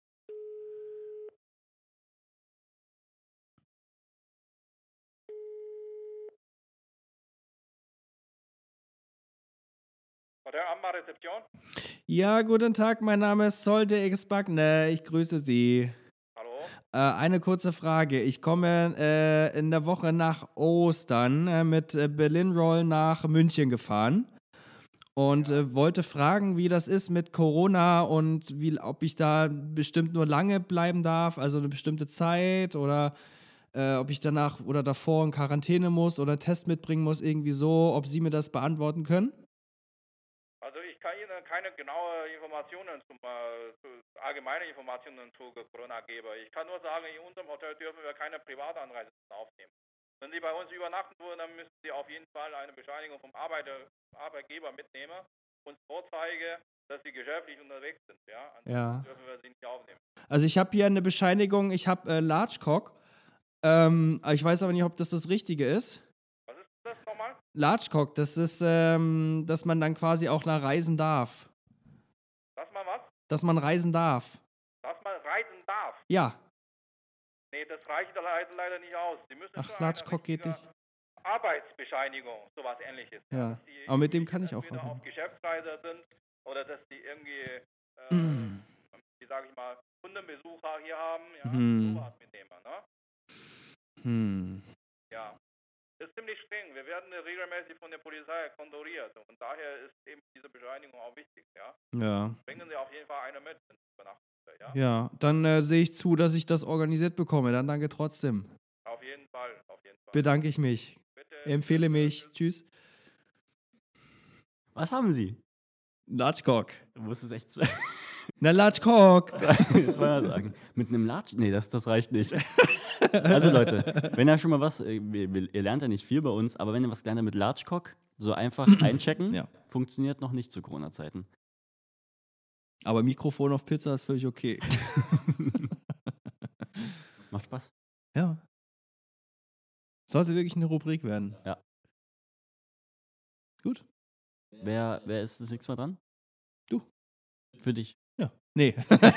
Speaker 4: Hotel Ambar Rezeption.
Speaker 3: Ja, guten Tag, mein Name ist Solde X Bagne. Ich grüße Sie.
Speaker 4: Hallo.
Speaker 3: Eine kurze Frage. Ich komme in der Woche nach Ostern mit Berlin Roll nach München gefahren und wollte fragen, wie das ist mit Corona und ob ich da bestimmt nur lange bleiben darf, also eine bestimmte Zeit oder ob ich danach oder davor in Quarantäne muss oder einen Test mitbringen muss, irgendwie so, ob Sie mir das beantworten können?
Speaker 4: Also ich kann Ihnen keine genaue Informationen allgemeine Informationen zu Corona geben. Ich kann nur sagen, in unserem Hotel dürfen wir keine Privatanreisen aufnehmen. Wenn Sie bei uns übernachten wollen, dann müssen Sie auf jeden Fall eine Bescheinigung vom Arbeitgeber mitnehmen und vorzeigen, dass Sie geschäftlich unterwegs sind. Ja? Ansonsten dürfen wir Sie nicht aufnehmen.
Speaker 3: Also ich habe hier eine Bescheinigung, ich habe Large Cock. Ich weiß aber nicht, ob das Richtige ist.
Speaker 4: Was ist das nochmal?
Speaker 3: Large Cock, das ist, dass man dann quasi auch nach reisen darf.
Speaker 4: Dass man was?
Speaker 3: Dass man reisen darf.
Speaker 4: Dass man reisen darf?
Speaker 3: Ja.
Speaker 4: Nee, das reicht leider nicht aus. Sie müssen
Speaker 3: Ach,
Speaker 4: schon
Speaker 3: Large
Speaker 4: eine
Speaker 3: Cock geht
Speaker 4: richtige Arbeitsbescheinigung, sowas ähnliches.
Speaker 3: Ja.
Speaker 4: Dass Sie
Speaker 3: Aber mit dem
Speaker 4: irgendwie
Speaker 3: kann ich auch
Speaker 4: entweder
Speaker 3: arbeiten.
Speaker 4: auf Geschäftsreise sind oder dass Sie irgendwie, wie sage ich mal, Kundenbesucher hier haben, ja, sowas mitnehmen, ne? Ja. Das ist ziemlich streng. Wir werden regelmäßig von der Polizei kontrolliert und daher ist eben diese Bescheinigung auch wichtig, ja.
Speaker 3: Ja.
Speaker 4: Bringen Sie auf jeden Fall eine mit, wenn Sie übernachten, ja.
Speaker 3: Ja, dann sehe ich zu, dass ich das organisiert bekomme. Dann danke trotzdem.
Speaker 4: Auf jeden Fall, auf jeden Fall.
Speaker 3: Bedanke ich mich.
Speaker 4: Bitte.
Speaker 3: Empfehle mich. Tschüss.
Speaker 2: Was haben Sie?
Speaker 3: Large Cock.
Speaker 2: Du musst es echt
Speaker 3: Na, Large Cock.
Speaker 2: zweimal sagen. Mit einem Large? Nee, das reicht nicht. Also Leute, wenn ihr schon mal was, ihr lernt ja nicht viel bei uns, aber wenn ihr was lernt mit Large Cock, so einfach einchecken,
Speaker 3: Ja.
Speaker 2: funktioniert noch nicht zu Corona-Zeiten.
Speaker 3: Aber Mikrofon auf Pizza ist völlig okay.
Speaker 2: Macht Spaß.
Speaker 3: Ja. Sollte wirklich eine Rubrik werden.
Speaker 2: Ja.
Speaker 3: Gut.
Speaker 2: Wer ist das nächste Mal dran?
Speaker 3: Du.
Speaker 2: Für dich.
Speaker 3: Ja. Nee.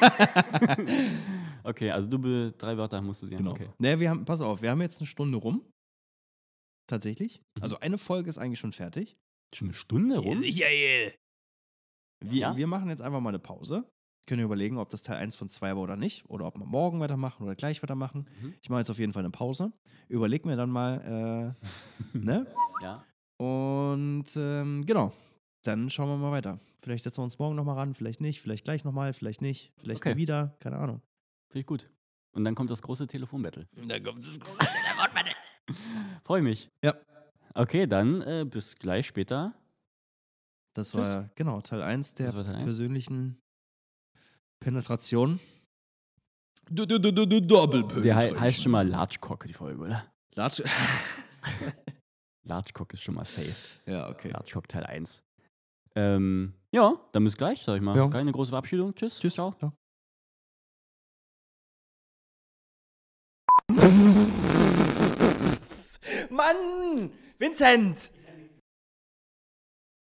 Speaker 2: Okay, also 3 Wörter musst du dir.
Speaker 3: Genau.
Speaker 2: Okay.
Speaker 3: Nee, pass auf, wir haben jetzt eine Stunde rum. Tatsächlich. Also eine Folge ist eigentlich schon fertig.
Speaker 2: Schon eine Stunde rum?
Speaker 3: Michael.
Speaker 2: Ja?
Speaker 3: Wir machen jetzt einfach mal eine Pause. Können überlegen, ob das Teil 1 von 2 war oder nicht. Oder ob wir morgen weitermachen oder gleich weitermachen. Ich mache jetzt auf jeden Fall eine Pause. Überleg mir dann mal, ne?
Speaker 2: Ja.
Speaker 3: Und genau. Dann schauen wir mal weiter. Vielleicht setzen wir uns morgen nochmal ran, vielleicht nicht, vielleicht gleich nochmal, vielleicht nicht, vielleicht
Speaker 2: Okay.
Speaker 3: nie wieder, keine Ahnung.
Speaker 2: Finde ich gut. Und dann kommt das große Telefonbattle.
Speaker 3: Da kommt das große
Speaker 2: Freue mich.
Speaker 3: Ja.
Speaker 2: Okay, dann bis gleich später.
Speaker 3: Das
Speaker 2: Tschüss.
Speaker 3: war, genau, Teil 1 der
Speaker 2: Das war Teil 1.
Speaker 3: persönlichen Penetration. Double
Speaker 2: Der heißt schon mal Large Cock, die Folge, oder?
Speaker 3: Large.
Speaker 2: Large Cock ist schon mal safe.
Speaker 3: Ja, okay.
Speaker 2: Large Cock Teil 1. Ja, dann bis gleich, sag ich mal.
Speaker 3: Ja.
Speaker 2: Keine große Verabschiedung. Tschüss.
Speaker 3: Tschüss.
Speaker 2: Ciao.
Speaker 3: Ciao. Mann! Vincent!